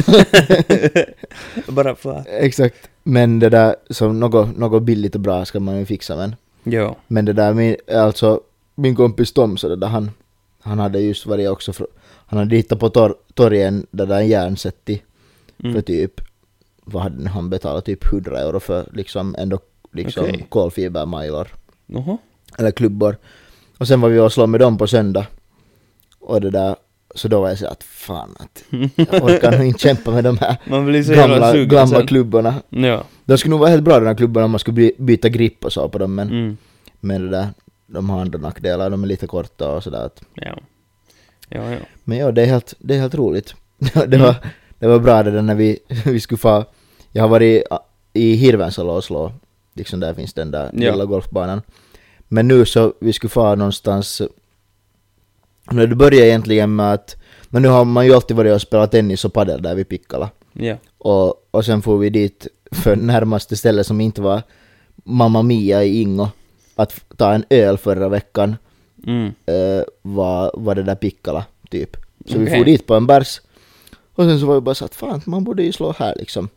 S1: Bara för.
S2: Exakt. Men det där, som något, något billigt och bra ska man ju fixa, men.
S1: Jo.
S2: Men det där, min, alltså min kompis Tom, så det där, han, han hade just varit också, för, han hade hittat på tor, torgen det där järnsätt i
S1: Mm.
S2: för typ, vad hade han betalat, typ hundra euro för liksom ändå liksom
S1: Okej.
S2: kolfibermajor
S1: Jaha.
S2: eller klubbor. Och sen var vi och slå med dem på söndag. Och det där, så då var jag så att fan att jag orkar nog inte kämpa med de här
S1: Man blir så jävla
S2: gamla,
S1: sugen
S2: gamla
S1: sen.
S2: klubborna.
S1: Ja.
S2: De skulle nog vara helt bra, de här klubborna, om man skulle by- byta grip och så på dem, men,
S1: Mm.
S2: men det där, de har andra nackdelar, de är lite korta och sådär. Att,
S1: Ja. Ja, ja.
S2: men ja, det är helt, det är helt roligt. det, var, det var bra det där när vi, vi skulle få, jag har varit i Hirvensalo och slå, liksom där finns den där
S1: Ja.
S2: lilla golfbanan. Men nu så, vi skulle få någonstans, när det började egentligen med att, men nu har man ju alltid varit och spelat tennis och padel där vid Pikkala.
S1: Ja.
S2: Och, och sen får vi dit för närmaste ställe som inte var Mamma Mia i Ingo, att ta en öl förra veckan.
S1: Mm.
S2: Uh, var, var det där Pikkala typ. Så vi
S1: Okej.
S2: får dit på en bärs. Och sen så var vi bara så att fan, man borde ju slå här liksom.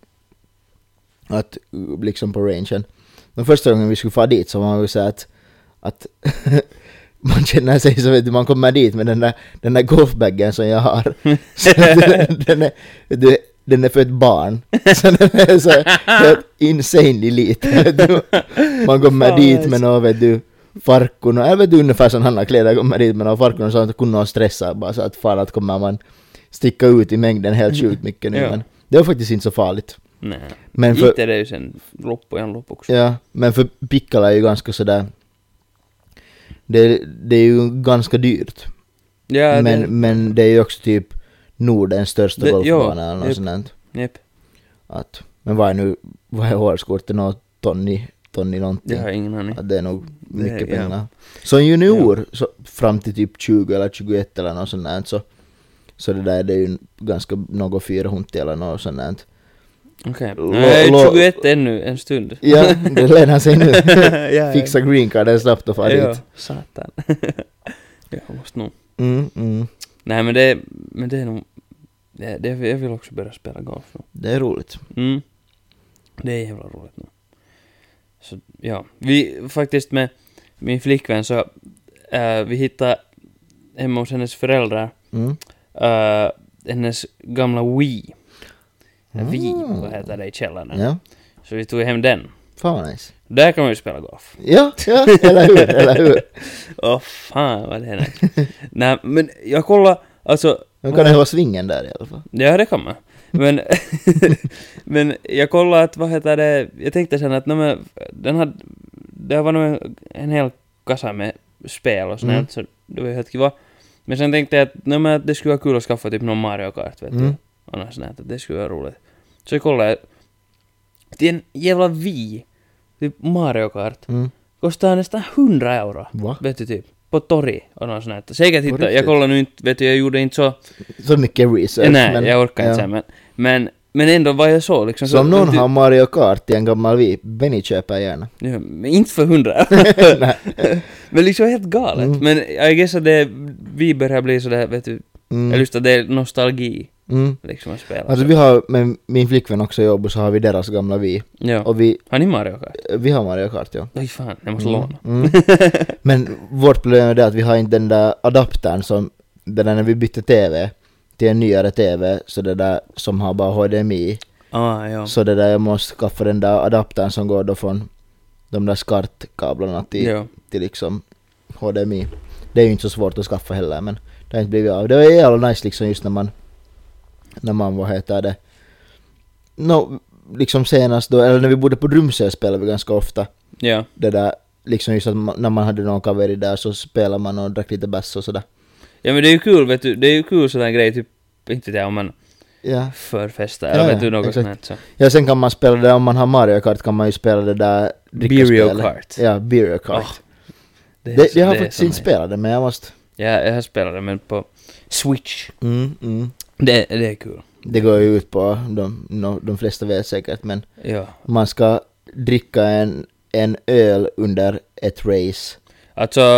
S2: Att liksom på rangen. Den första gången vi skulle få dit så var man ju så att, att man känner sig så, vet du, man kommer dit med den där, den där golfbaggen som jag har. Så den, den, är, du, den är för ett barn. Så den är så helt insanely liten. Man kommer dit med något, vet du, farkon och, jag vet du, ungefär som han har kläder, kommer dit med några farkon och så att kunna stressa bara så att fan att kommer man sticka ut i mängden helt sjukt mycket nu.
S1: Ja.
S2: Men det var faktiskt inte så farligt.
S1: Nej.
S2: Men för,
S1: Inte det är ju sen lopp och en lopp också.
S2: ja, men för Pikkala är ju ganska sådär, det, det är ju ganska dyrt.
S1: Ja,
S2: men,
S1: det,
S2: men det är ju också typ Nordens största
S1: Det-
S2: golfbana
S1: ja,
S2: eller något
S1: japp.
S2: sånt.
S1: Jep.
S2: Att, men vad är nu, vad är årskortet, något ton i, ton i någonting?
S1: Jag har ingen aning.
S2: Att det är nog mycket
S1: Det- ja.
S2: pengar. Som junior, så fram till typ tjugo eller tjugoett eller något sånt där, så, så det där det är ju ganska något fyrahundra eller något sånt där.
S1: Okej.
S2: Lo-
S1: Nej,
S2: lo-
S1: tjugoett ännu en stund.
S2: Ja, det lönar sig nu.
S1: ja,
S2: Fixa green card, det är snabbt att fara
S1: ja,
S2: dit.
S1: satan. Jag måste nog.
S2: Mm, mm.
S1: Nej, men det, men det är nog... Det, det, jag vill också börja spela golf nu.
S2: Det är roligt.
S1: Mm. Det är jävla roligt nu. Så, ja. Vi, faktiskt med min flickvän så... äh, vi hittade hemma hos hennes föräldrar
S2: Mm.
S1: äh, hennes gamla Wii.
S2: Mm.
S1: Wii, vad heter det i källaren.
S2: Ja,
S1: Så vi tog hem den.
S2: fan vad nice.
S1: Där kan man ju spela golf.
S2: Ja, ja, eller hur, eller hur.
S1: Åh fan vad det är nice. Nej, men jag kollar, alltså...
S2: Nu kan det vara svingen där i alla fall.
S1: Ja, det kan man. Men, men jag kollar att, vad heter det, jag tänkte sen att nej, men, den hade, det var nog en, en hel kassa med spel och sånt,
S2: Mm.
S1: så det var ju helt kiva. Men sen tänkte jag att, nej, men, att det skulle vara kul att skaffa typ någon Mario Kart, vet
S2: Mm.
S1: du. Annars sånt, att det skulle vara roligt. Så jag kollade, det är en jävla Wii, typ Mario Kart,
S2: Mm.
S1: kostar nästan hundra euro.
S2: Va?
S1: Vet du typ, på torg och något sånt. Säkert
S2: På
S1: hitta, jag
S2: riktigt?
S1: kollar nu inte, vet du, jag gjorde inte så...
S2: Så mycket research.
S1: Nej,
S2: men,
S1: jag orkar
S2: ja.
S1: inte säga, men, men, men ändå var jag så liksom.
S2: Så om
S1: så,
S2: någon
S1: vet du-
S2: har Mario Kart i en gammal Wii, Benny köper gärna.
S1: Ja, men inte för hundra.
S2: Nej.
S1: Men liksom helt galet.
S2: Mm.
S1: Men jag guess att det, vi börjar bli sådär, vet du, jag
S2: Mm.
S1: lyssnar det är nostalgi,
S2: Mm.
S1: liksom att spela.
S2: Alltså vi har, med min flickvän också jobb, så har vi deras gamla Wii.
S1: Ja.
S2: Och vi,
S1: Har ni Mario Kart?
S2: vi har Mario Kart, ja.
S1: Oj fan, jag måste
S2: Mm.
S1: låna.
S2: Mm. Men vårt problem är det att vi har inte den där adaptern som, den där när vi bytte T V till en nyare T V, så det där som har bara H D M I.
S1: Ah, ja.
S2: Så det där jag måste skaffa den där adaptern som går då från de där SCART-kablarna till,
S1: Ja.
S2: till liksom H D M I. Det är ju inte så svårt att skaffa heller, men det har inte blivit av. Det var jävla nice liksom just när man, när man, vad heter det, no, liksom senast då, eller när vi bodde på Drumsö spelade vi ganska ofta.
S1: Ja.
S2: Det där, liksom just att man, när man hade någon kaveri där så spelade man och drack lite bass och sådär.
S1: Ja, men det är ju kul, vet du, det är ju kul sådär grej, typ, inte vet jag om man
S2: Ja.
S1: förfestar,
S2: Ja,
S1: eller
S2: ja,
S1: vet du, något
S2: exakt.
S1: sånt så.
S2: Ja, sen kan man spela det, om man har Mario Kart kan man ju spela det där drickaspelet.
S1: Mario Kart.
S2: Ja, Mario Kart.
S1: Åh, det, är
S2: det,
S1: så-
S2: jag har
S1: det är
S2: faktiskt
S1: så
S2: inte
S1: nice.
S2: spelat det, men jag måste...
S1: Ja, jag har spelat det, men på Switch.
S2: Mm, mm.
S1: Det, det är kul.
S2: Det går ju ut på, de, no, de flesta vet säkert, men
S1: Ja.
S2: man ska dricka en, en öl under ett race.
S1: Alltså,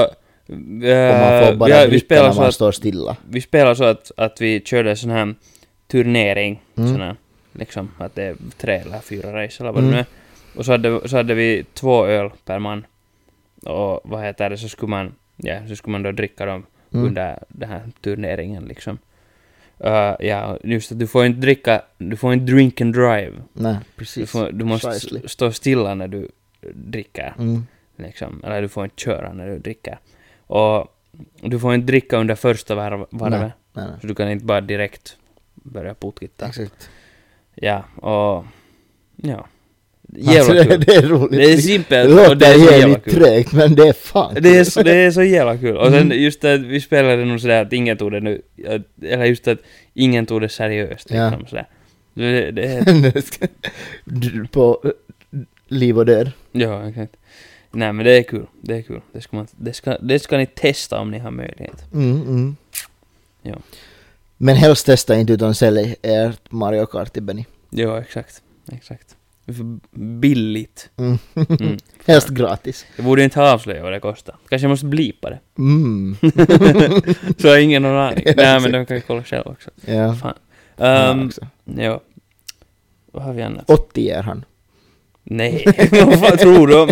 S2: Och man får bara
S1: vi, har, vi
S2: dricka
S1: spelar
S2: när
S1: så
S2: man
S1: att,
S2: står stilla.
S1: vi spelar så att, att vi körde sån här turnering,
S2: Mm.
S1: sån här, liksom att det är tre eller fyra race eller vad
S2: Mm.
S1: det nu är. Och så hade, så hade vi två öl per man. Och vad heter det, så skulle man, ja, så skulle man då dricka dem
S2: Mm.
S1: under den här turneringen liksom. Uh, ja, just att du får inte dricka, du får inte drink and drive.
S2: Nej,
S1: Du,
S2: precis.
S1: får, du måste
S2: Precisely.
S1: stå stilla när du dricker.
S2: Mm.
S1: Liksom. Eller du får inte köra när du dricker. Och du får inte dricka under första varv, varvet.
S2: Nej, nej, nej.
S1: Så du kan inte bara direkt börja putkitta.
S2: Exakt.
S1: Ja, och ja.
S2: Alltså,
S1: Jävla
S2: det,
S1: kul.
S2: det är roligt.
S1: Det är simpelt
S2: Det
S1: och det
S2: låter
S1: är så jävla
S2: jävligt
S1: kul.
S2: trögt, men det är fan
S1: Det är, så, det är så jävla kul. Och sen
S2: Mm.
S1: just att vi spelade nog sådär att ingen tog det nu, eller just att ingen tog det seriöst.
S2: Ja.
S1: Liksom, sådär. Det, det är,
S2: Du- på eh, liv och död.
S1: ja, exakt. Nej men det är kul, det är kul. Det ska, man, det ska, det ska ni testa om ni har möjlighet.
S2: Mm, mm.
S1: Ja.
S2: Men helst testa inte utan sälj ert Mario Kart i Benny.
S1: Ja, exakt. Exakt. För billigt.
S2: Mm.
S1: Mm.
S2: Helst gratis.
S1: Jag borde inte ha avslöjat vad det kostar. Kanske jag måste blipa det.
S2: Mm.
S1: Så har ingen någon aning.
S2: Ja,
S1: Nej men de kan ju kolla själv också.
S2: Ja.
S1: Fan.
S2: Ja,
S1: Um,
S2: också.
S1: ja. Vad har vi annat?
S2: åttio ger han.
S1: Nej, vad fan tror du om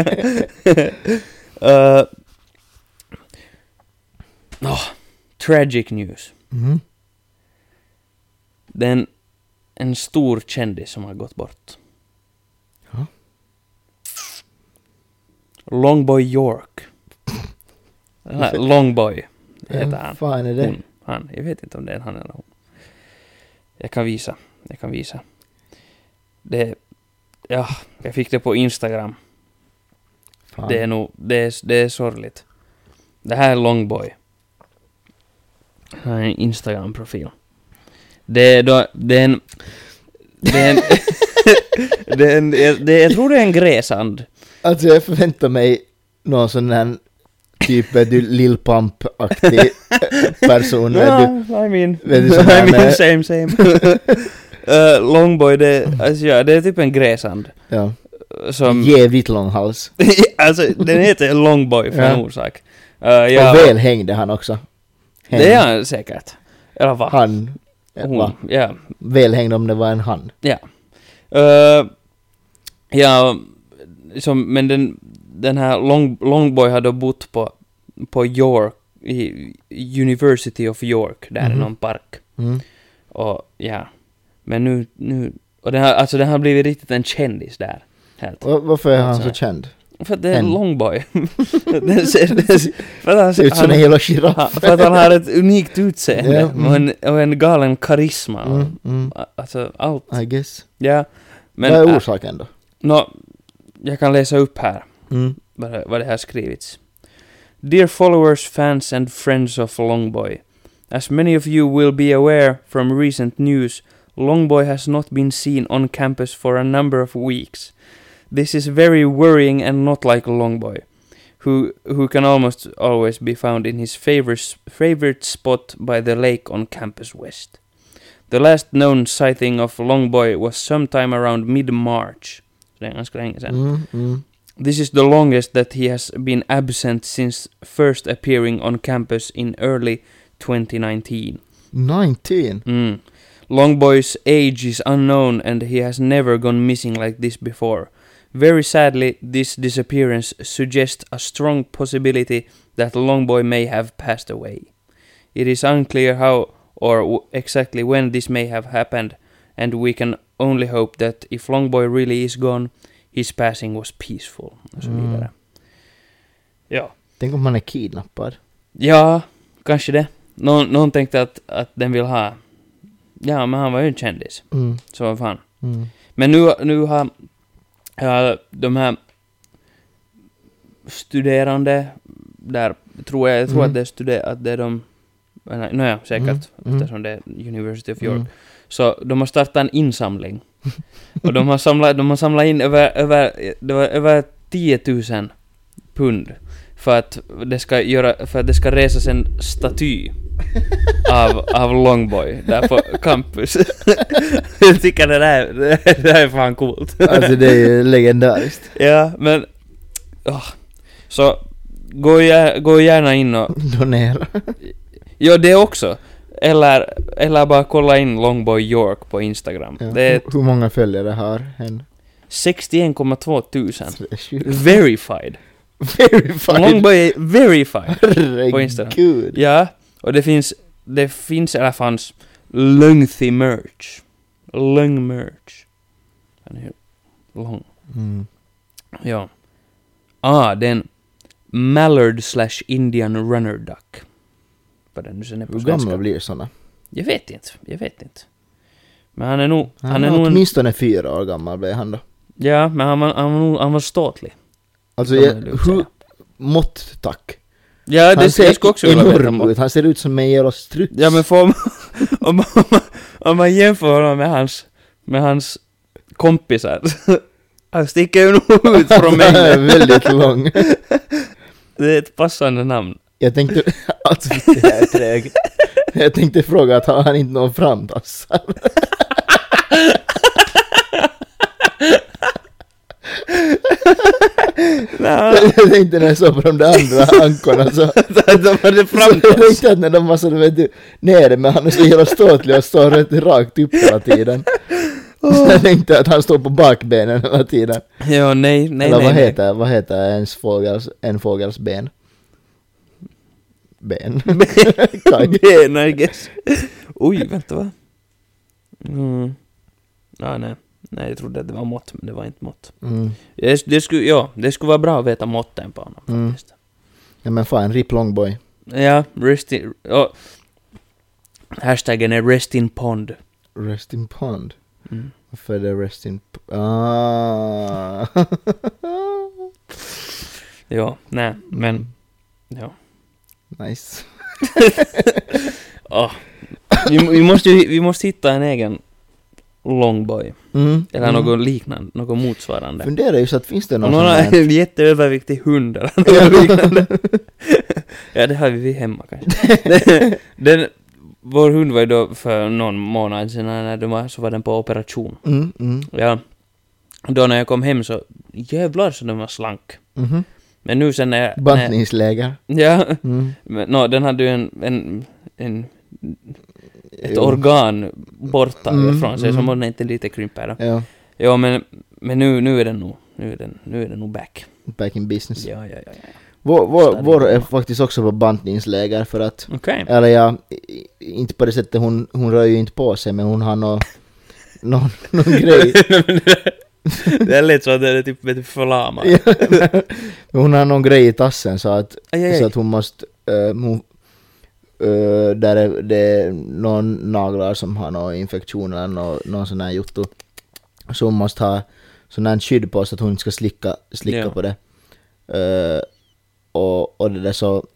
S1: uh, oh, tragic news.
S2: Mm.
S1: Det är en, en stor kändis som har gått bort.
S2: Ja.
S1: Longboy York. Eller Longboy heter
S2: Vem
S1: han.
S2: fan är det?
S1: Hon, han. Jag vet inte om det är han eller hon. Jag kan visa. Jag kan visa. Det, ja, jag fick det på Instagram.
S2: Fan.
S1: Det är nog, det är, det är sorgligt. Det här är Longboy. Han har en Instagram-profil. Det är då, det är en, det är en, det är en, det är, jag tror det är en gräsand.
S2: Alltså jag förväntar mig någon sån här typ är du Lil Pump-aktig person.
S1: Ja,
S2: Vet du?
S1: I mean,
S2: Vet du sån här
S1: I mean
S2: med-
S1: same same. uh, Longboy, det, alltså, ja, det är typ en gräsand.
S2: Ja.
S1: Som,
S2: Jävligt lång hals.
S1: alltså den heter Longboy för en
S2: Ja.
S1: orsak. Uh, ja,
S2: Och väl hängde han också. Häng.
S1: det är han säkert. Eller vad?
S2: Han.
S1: Hon,
S2: Va?
S1: ja.
S2: Väl hängde om det var en han.
S1: Ja. Uh, ja, som, men den, den här Long, Longboy hade då bott på, på York, i University of York, där
S2: Mhm.
S1: är någon park.
S2: Mm.
S1: Och ja, men nu, nu och den har, alltså den har blivit riktigt en kändis där. Helt.
S2: Och varför är han
S1: Alltså.
S2: så känd?
S1: För att det är
S2: En.
S1: Longboy. den ser, den ser, för, att han,
S2: Ser ut som en
S1: han,
S2: hela
S1: han,
S2: giraff.
S1: för att han har ett unikt utseende
S2: Ja, mm.
S1: och, en, och en galen karisma. Och,
S2: Mm, mm.
S1: alltså allt.
S2: I guess.
S1: Ja. Men,
S2: Vad är
S1: äh,
S2: orsaken då?
S1: nå, jag kan läsa upp här
S2: Mm.
S1: vad det, vad det har skrivits. Dear followers, fans and friends of Longboy. As many of you will be aware from recent news, Longboy has not been seen on campus for a number of weeks. This is very worrying and not like Longboy, who who can almost always be found in his favorite, favorite spot by the lake on Campus West. The last known sighting of Longboy was sometime around mid-March. Det är ganska länge sedan.
S2: Mm, mm.
S1: This is the longest that he has been absent since first appearing on campus in early twenty nineteen.
S2: nineteen?
S1: Mm. Longboy's age is unknown and he has never gone missing like this before. Very sadly, this disappearance suggests a strong possibility that Longboy may have passed away. It is unclear how or w- exactly when this may have happened, and we can only hope that if Longboy really is gone, his passing was peaceful. Och så
S2: Mm.
S1: vidare. Ja.
S2: Tänk om man är kidnappad.
S1: Ja, kanske det. Någon, någon tänkte att, att den vill ha... Ja, men han var ju en kändis.
S2: Mm.
S1: Så vad fan.
S2: Mm.
S1: Men nu, nu har ja, de här studerande där, tror jag, jag tror
S2: Mm.
S1: att det är studer, att det är de... Nej, no, ja, säkert.
S2: Mm. Mm.
S1: Eftersom det är University of York.
S2: Mm.
S1: Så de har startat en insamling. Och de har samlat, de har samlat in över, över, det var över tio tusen pund för att det ska göra, för att det ska resas en staty av, av Longboy där på campus. Jag tycker det där, det där är fan coolt.
S2: Alltså det är ju legendariskt.
S1: Ja, men åh. Så gå, gär, gå gärna in och...
S2: Donera.
S1: Jo, det också. Eller, eller bara kolla in Longboy York på Instagram.
S2: Ja.
S1: Det är
S2: Hur många följare har hen?
S1: sextioen komma två tusen.
S2: Det är sjukt.
S1: Verified.
S2: Verified.
S1: Longboy är verified på Instagram.
S2: Herregud.
S1: Ja, och det finns, det finns eller fanns lengthy merch. Lång merch. Den är lång.
S2: Mm.
S1: Ja. Ah, den Mallard slash Indian Runner Duck. Vad den nu sen är på
S2: Hur
S1: svenska.
S2: gamla blir såna?
S1: Jag vet inte, jag vet inte. Men han är nog...
S2: Han,
S1: Han är
S2: är
S1: nog en,
S2: åtminstone fyra år gammal blev han då.
S1: ja, men han var, han var, nog- han var ståtlig.
S2: Alltså,
S1: Kan
S2: jag,
S1: man lugnt
S2: hur...
S1: säga.
S2: Mått, tack.
S1: Ja, det
S2: Han
S1: ser jag skulle också vilja veta.
S2: enorm ut. Han ser ut som en jävla struts.
S1: Ja, men får man, om, man, om, man, om man jämför honom med hans, med hans kompisar. Han sticker ju nog ut från
S2: Han är
S1: mängden.
S2: väldigt lång.
S1: Det är ett passande namn.
S2: Jag tänkte... Alltså, det här är träg. Jag tänkte fråga att har han inte någon framtassar? Jag tänkte när jag såg på de där andra ankorna så...
S1: De hade
S2: Så jag
S1: framtass.
S2: tänkte att när de var så, vet du, nere, men han är så jävla ståtlig och står rätt rakt upp hela tiden. Så jag tänkte att han står på bakbenen hela tiden.
S1: Ja, nej, nej,
S2: Eller
S1: nej.
S2: vad
S1: nej.
S2: heter, vad heter ens fågels, en fågels ben? Ben. Kajt.
S1: Ben, I guess. Oj, vänta, va? Mm. Ja, nej. Nej, jag trodde att det var mått, men det var inte mått.
S2: Mm.
S1: Det, det, skulle, ja, det skulle vara bra att veta måtten på honom,
S2: Mm.
S1: faktiskt.
S2: Ja men fan, rip longboy.
S1: Ja, rest in... Oh. Hashtaggen är rest in pond.
S2: Rest in pond.
S1: Mm.
S2: Varför är det rest in... P- ah.
S1: Ja, nej, men... Ja.
S2: Nice.
S1: Oh. Vi, vi, måste, ju- vi måste hitta en egen longboy.
S2: Mm.
S1: Eller
S2: mm.
S1: något liknande, något motsvarande.
S2: Funderar ju så att finns det
S1: Om
S2: någon
S1: någon
S2: sån
S1: har
S2: här...
S1: en jätteöverviktig hund eller något liknande. Ja, det har vi hemma kanske. Den, den, vår hund var ju då för någon månad sedan när de var, så var den på operation.
S2: Mm, mm,
S1: Ja. Då när jag kom hem så jävlar så den var slank.
S2: mhm.
S1: Men nu sen när jag... när,
S2: Bantningsläger.
S1: ja.
S2: Mm.
S1: Men, no, den hade ju en, en, en ett
S2: Jo.
S1: organ borta
S2: Mm,
S1: ifrån sig
S2: mm.
S1: som om den inte lite krymper då.
S2: Ja,
S1: Ja, men, men nu, nu är den nog, nu är den, nu är den nog back.
S2: back in business.
S1: Ja, ja, ja, ja.
S2: Vår, vår,
S1: Stadig
S2: vår är
S1: mamma.
S2: faktiskt också på bantningsläger för att...
S1: Okej.
S2: Eller ja, i- inte på det sättet, hon, hon rör ju inte på sig, men hon har nå någon, någon grej.
S1: Det är lite så att det är typ, vet du, förlamad.
S2: Ja, men hon har någon grej i tassen så att,
S1: Aj, aj, aj.
S2: så att hon måste... Uh, hon, uh, där är det är någon naglar som har någon infektion eller någon, någon sån här jotto. Så hon måste ha sån här skydd på så att hon inte ska slicka, slicka
S1: Ja.
S2: på det. Uh, och, och det där så... Uh,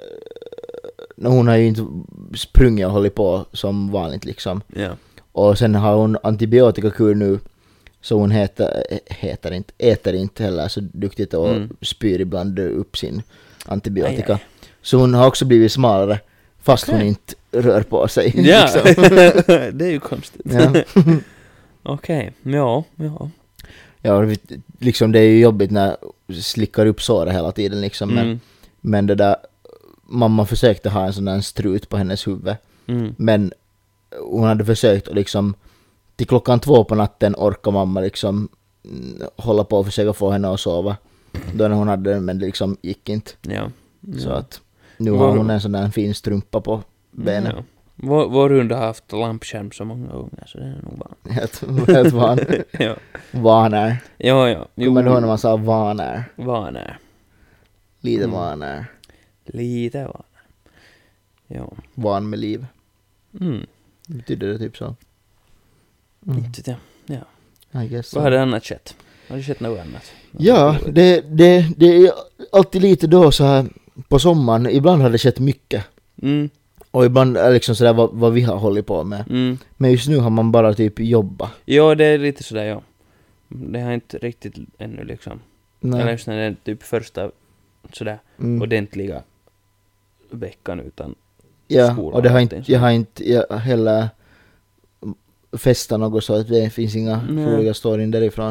S2: hon har ju inte sprungit och hållit på som vanligt liksom.
S1: Ja.
S2: Och sen har hon antibiotikakur nu. Så hon heter, heter inte, äter inte heller så duktigt och
S1: Mm.
S2: spyr ibland upp sin antibiotika.
S1: Aj, aj.
S2: Så hon har också blivit smalare fast
S1: Okej.
S2: hon inte rör på sig.
S1: Ja,
S2: liksom.
S1: det är ju konstigt.
S2: Ja.
S1: Okej, ja, ja.
S2: Ja, vi- liksom det är ju jobbigt när slickar upp såret hela tiden liksom. Men,
S1: Mm.
S2: men det där, mamma försökte ha en sån där strut på hennes huvud.
S1: Mm.
S2: Men hon hade försökt och liksom till klockan två på natten orkar mamma liksom mm, hålla på och försöka få henne att sova. Då när hon hade den, men det liksom gick inte.
S1: Ja.
S2: Så
S1: Ja.
S2: att nu
S1: Var-
S2: har hon en sån där fin strumpa på benen.
S1: Ja. Vår, vår hund har haft lampskärm så många gånger så det är nog bara...
S2: Helt, helt van.
S1: Ja.
S2: Vanär.
S1: Ja, ja.
S2: Kommer du ihåg när man sa vanär?
S1: Vanär.
S2: Lite
S1: Mm.
S2: vanär.
S1: Lite vanär. Ja.
S2: Van med liv.
S1: Mm.
S2: Betyder det typ så? Mm.
S1: Inte det. Ja.
S2: I guess
S1: Vad
S2: so.
S1: har det annat skett? Har det skett något annat?
S2: Ja, det, det, det är alltid lite då så här på sommaren. Ibland har det skett mycket.
S1: Mm.
S2: Och ibland är liksom sådär vad, vad vi har hållit på med.
S1: Mm.
S2: Men just nu har man bara typ jobbat.
S1: Ja, det är lite sådär, ja. Det har inte riktigt ännu liksom. Eller
S2: Nej.
S1: just när det är typ första sådär
S2: Mm.
S1: ordentliga veckan utan
S2: Ja,
S1: skola
S2: och det har
S1: och
S2: inte,
S1: allting, så.
S2: jag har inte jag har heller festat något så att det finns inga
S1: Nej.
S2: roliga storyn därifrån.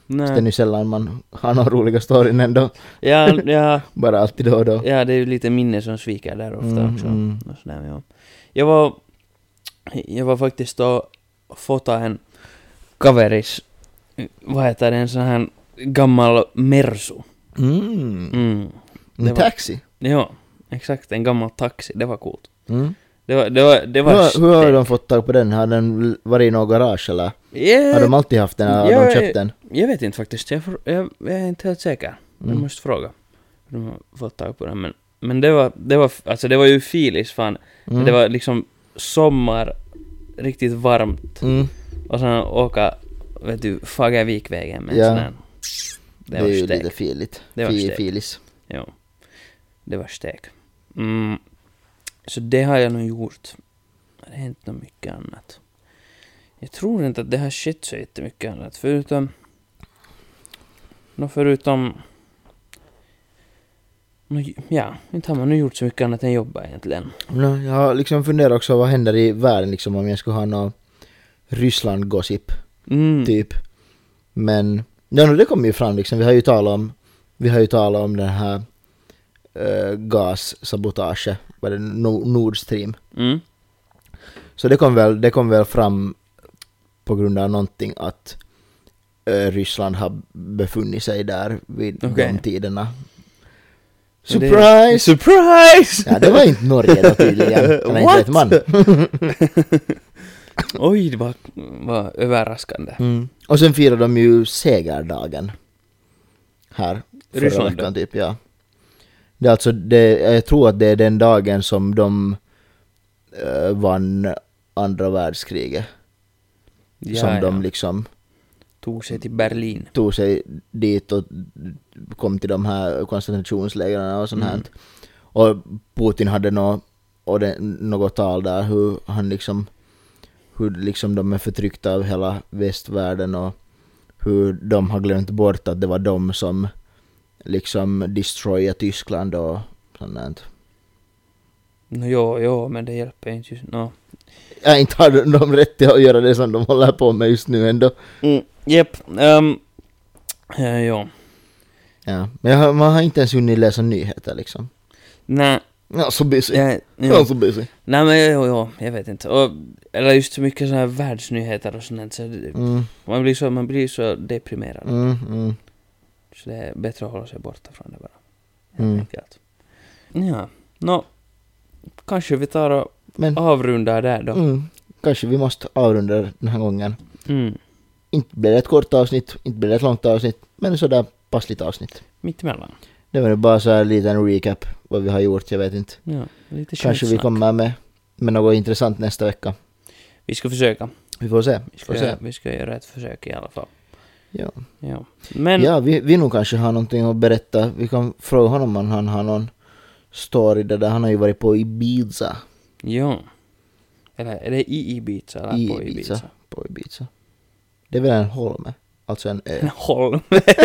S1: Nej.
S2: Så det är nu sällan man har några roliga storyn ändå.
S1: Ja, ja,
S2: Bara alltid då och då.
S1: ja, det är ju lite minne som sviker där ofta
S2: Mm,
S1: också.
S2: mm.
S1: Och sådär, ja. Jag var jag var faktiskt och fota en kaveris, vad heter det, en sån här gammal Mersu.
S2: Mm.
S1: Mm.
S2: En
S1: Det var-
S2: taxi.
S1: Ja, exakt, en gammal taxi, det var coolt.
S2: Mm.
S1: Det var, det var, det
S2: Hur,
S1: var
S2: har- hur har
S1: sten-
S2: de fått tag på den? Har den varit i något garage eller?
S1: Ja,
S2: Har de alltid haft den? Har
S1: Ja,
S2: de köpt den?
S1: jag vet inte faktiskt, jag, får- jag, jag är inte helt säker. Jag
S2: Mm.
S1: måste fråga. De har fått tag på den, men, men det var, det var, alltså det var ju filis fan.
S2: Mm.
S1: Det var liksom sommar, riktigt varmt.
S2: Mm.
S1: Och sen åka, vet du, Fagervikvägen med
S2: Ja.
S1: sån här.
S2: Det,
S1: Det var
S2: är ju
S1: stek.
S2: lite filigt.
S1: Det var
S2: Fi-
S1: stek.
S2: filis.
S1: Ja. Det var stek. Mm. Så det har jag nog gjort. Det har hänt något mycket annat. Jag tror inte att det har skett så jättemycket annat. Förutom... Nå förutom... Nå, ja, inte har man nu gjort så mycket annat än jobba egentligen.
S2: No, jag har liksom funderat också vad händer i världen liksom om jag skulle ha någon Ryssland-gossip
S1: Mm.
S2: typ. Men ja, no, det kommer ju fram liksom. Vi har ju talat om vi har ju talat om den här uh, gassabotage, var det no- Nord Stream.
S1: Mm.
S2: Så det kom väl det kom väl fram på grund av någonting att uh, Ryssland har befunnit sig där vid
S1: Okej.
S2: de tiderna.
S1: Ja, det-
S2: Surprise!
S1: Surprise!
S2: Ja, det var inte Norge då tydligen. Eller inte
S1: What?
S2: vet man.
S1: Oj, det var, var överraskande.
S2: Mm. Och sen firar de ju segerdagen här förra
S1: Ryssland
S2: veckan typ, ja. Det är alltså, det, jag tror att det är den dagen som de uh, vann andra världskriget.
S1: Ja,
S2: som
S1: ja.
S2: de liksom
S1: Tog sig till Berlin.
S2: tog sig dit och kom till de här koncentrationslägren och sånt här.
S1: Mm.
S2: Och Putin hade nå, och det, något tal där hur han liksom hur liksom de är förtryckta av hela västvärlden och hur de har glömt bort att det var de som liksom destroyade Tyskland och sånt där.
S1: No, jo, jo, men det hjälper inte just... No.
S2: Ja, inte har de, de rätt till att göra det som de håller på med just nu ändå.
S1: Mm, Jep. Um, ja, jo.
S2: Ja, men jag, har- man har inte ens hunnit läsa nyheter liksom.
S1: Nej,
S2: Ja, så busy.
S1: jag,
S2: Ja,
S1: jo.
S2: så busy.
S1: Nej men jo, jo, jag vet inte. Och, eller just så mycket sådana här världsnyheter och sånt. Så det,
S2: Mm,
S1: man, blir så, man blir så deprimerad.
S2: mm, mm,
S1: Så det är bättre att hålla sig borta från det bara. Helt
S2: Mm.
S1: enkelt. Ja, nå. Kanske vi tar och
S2: men
S1: avrundar där då.
S2: mm, kanske vi måste avrunda den här gången.
S1: Mm.
S2: Inte blir det ett kort avsnitt, inte blir det ett långt avsnitt, men sådär passligt avsnitt.
S1: Mittemellan.
S2: Det var bara så här en liten recap vad vi har gjort, jag vet inte.
S1: Ja, lite
S2: Kanske vi
S1: skämtsnack.
S2: kommer med, med något intressant nästa vecka.
S1: Vi ska försöka.
S2: Vi får se.
S1: Vi
S2: Får
S1: ska,
S2: se.
S1: vi ska göra ett försök i alla fall.
S2: Ja,
S1: Ja. Men,
S2: ja vi, vi nog kanske har någonting att berätta. Vi kan fråga honom om han har någon story där han har ju varit på Ibiza.
S1: ja. Eller är det i Ibiza eller
S2: I
S1: på
S2: Ibiza.
S1: Ibiza?
S2: På Ibiza. Det är väl en holme, alltså en ö.
S1: En holm.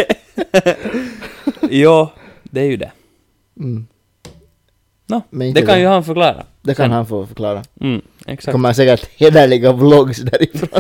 S1: Ja, det är ju det.
S2: Mm.
S1: Nå,
S2: Men inte
S1: det kan
S2: det.
S1: ju han förklara.
S2: Det kan
S1: sen.
S2: han få förklara.
S1: Mm,
S2: Det
S1: exakt.
S2: kommer säkert hederliga vlogs därifrån.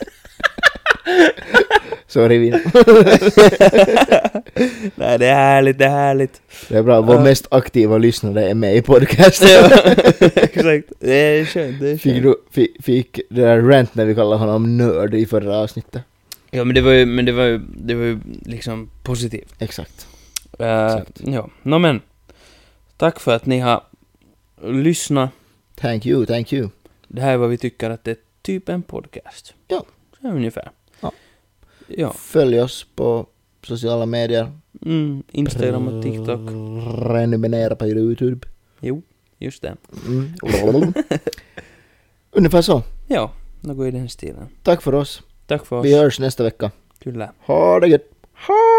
S2: Sorry Vina.
S1: Nej, det är härligt, det är härligt.
S2: Det är bra, vår
S1: Ja.
S2: mest aktiva lyssnare är med i podcasten.
S1: Ja, exakt. Det är skönt, det är
S2: Fick,
S1: skönt.
S2: du, fick, fick det där rant när vi kallade honom nörd i förra avsnittet.
S1: Ja, men det var ju, men det var ju, det var ju liksom positivt.
S2: Exakt.
S1: Uh,
S2: Exakt.
S1: ja, no, men. Tack för att ni har lyssnat.
S2: Thank you, thank you.
S1: Det här är vad vi tycker att det är typ en podcast.
S2: Ja.
S1: Så ungefär.
S2: Ja.
S1: Ja.
S2: Följ oss på sociala medier.
S1: Mm, Instagram och TikTok.
S2: Prenumerera på YouTube.
S1: Jo, just det.
S2: Mm. Ungefär så.
S1: Ja, något i den stilen.
S2: Tack för oss.
S1: Tack för oss.
S2: Vi hörs nästa vecka.
S1: Kyllä.
S2: Ha det gött. Ha!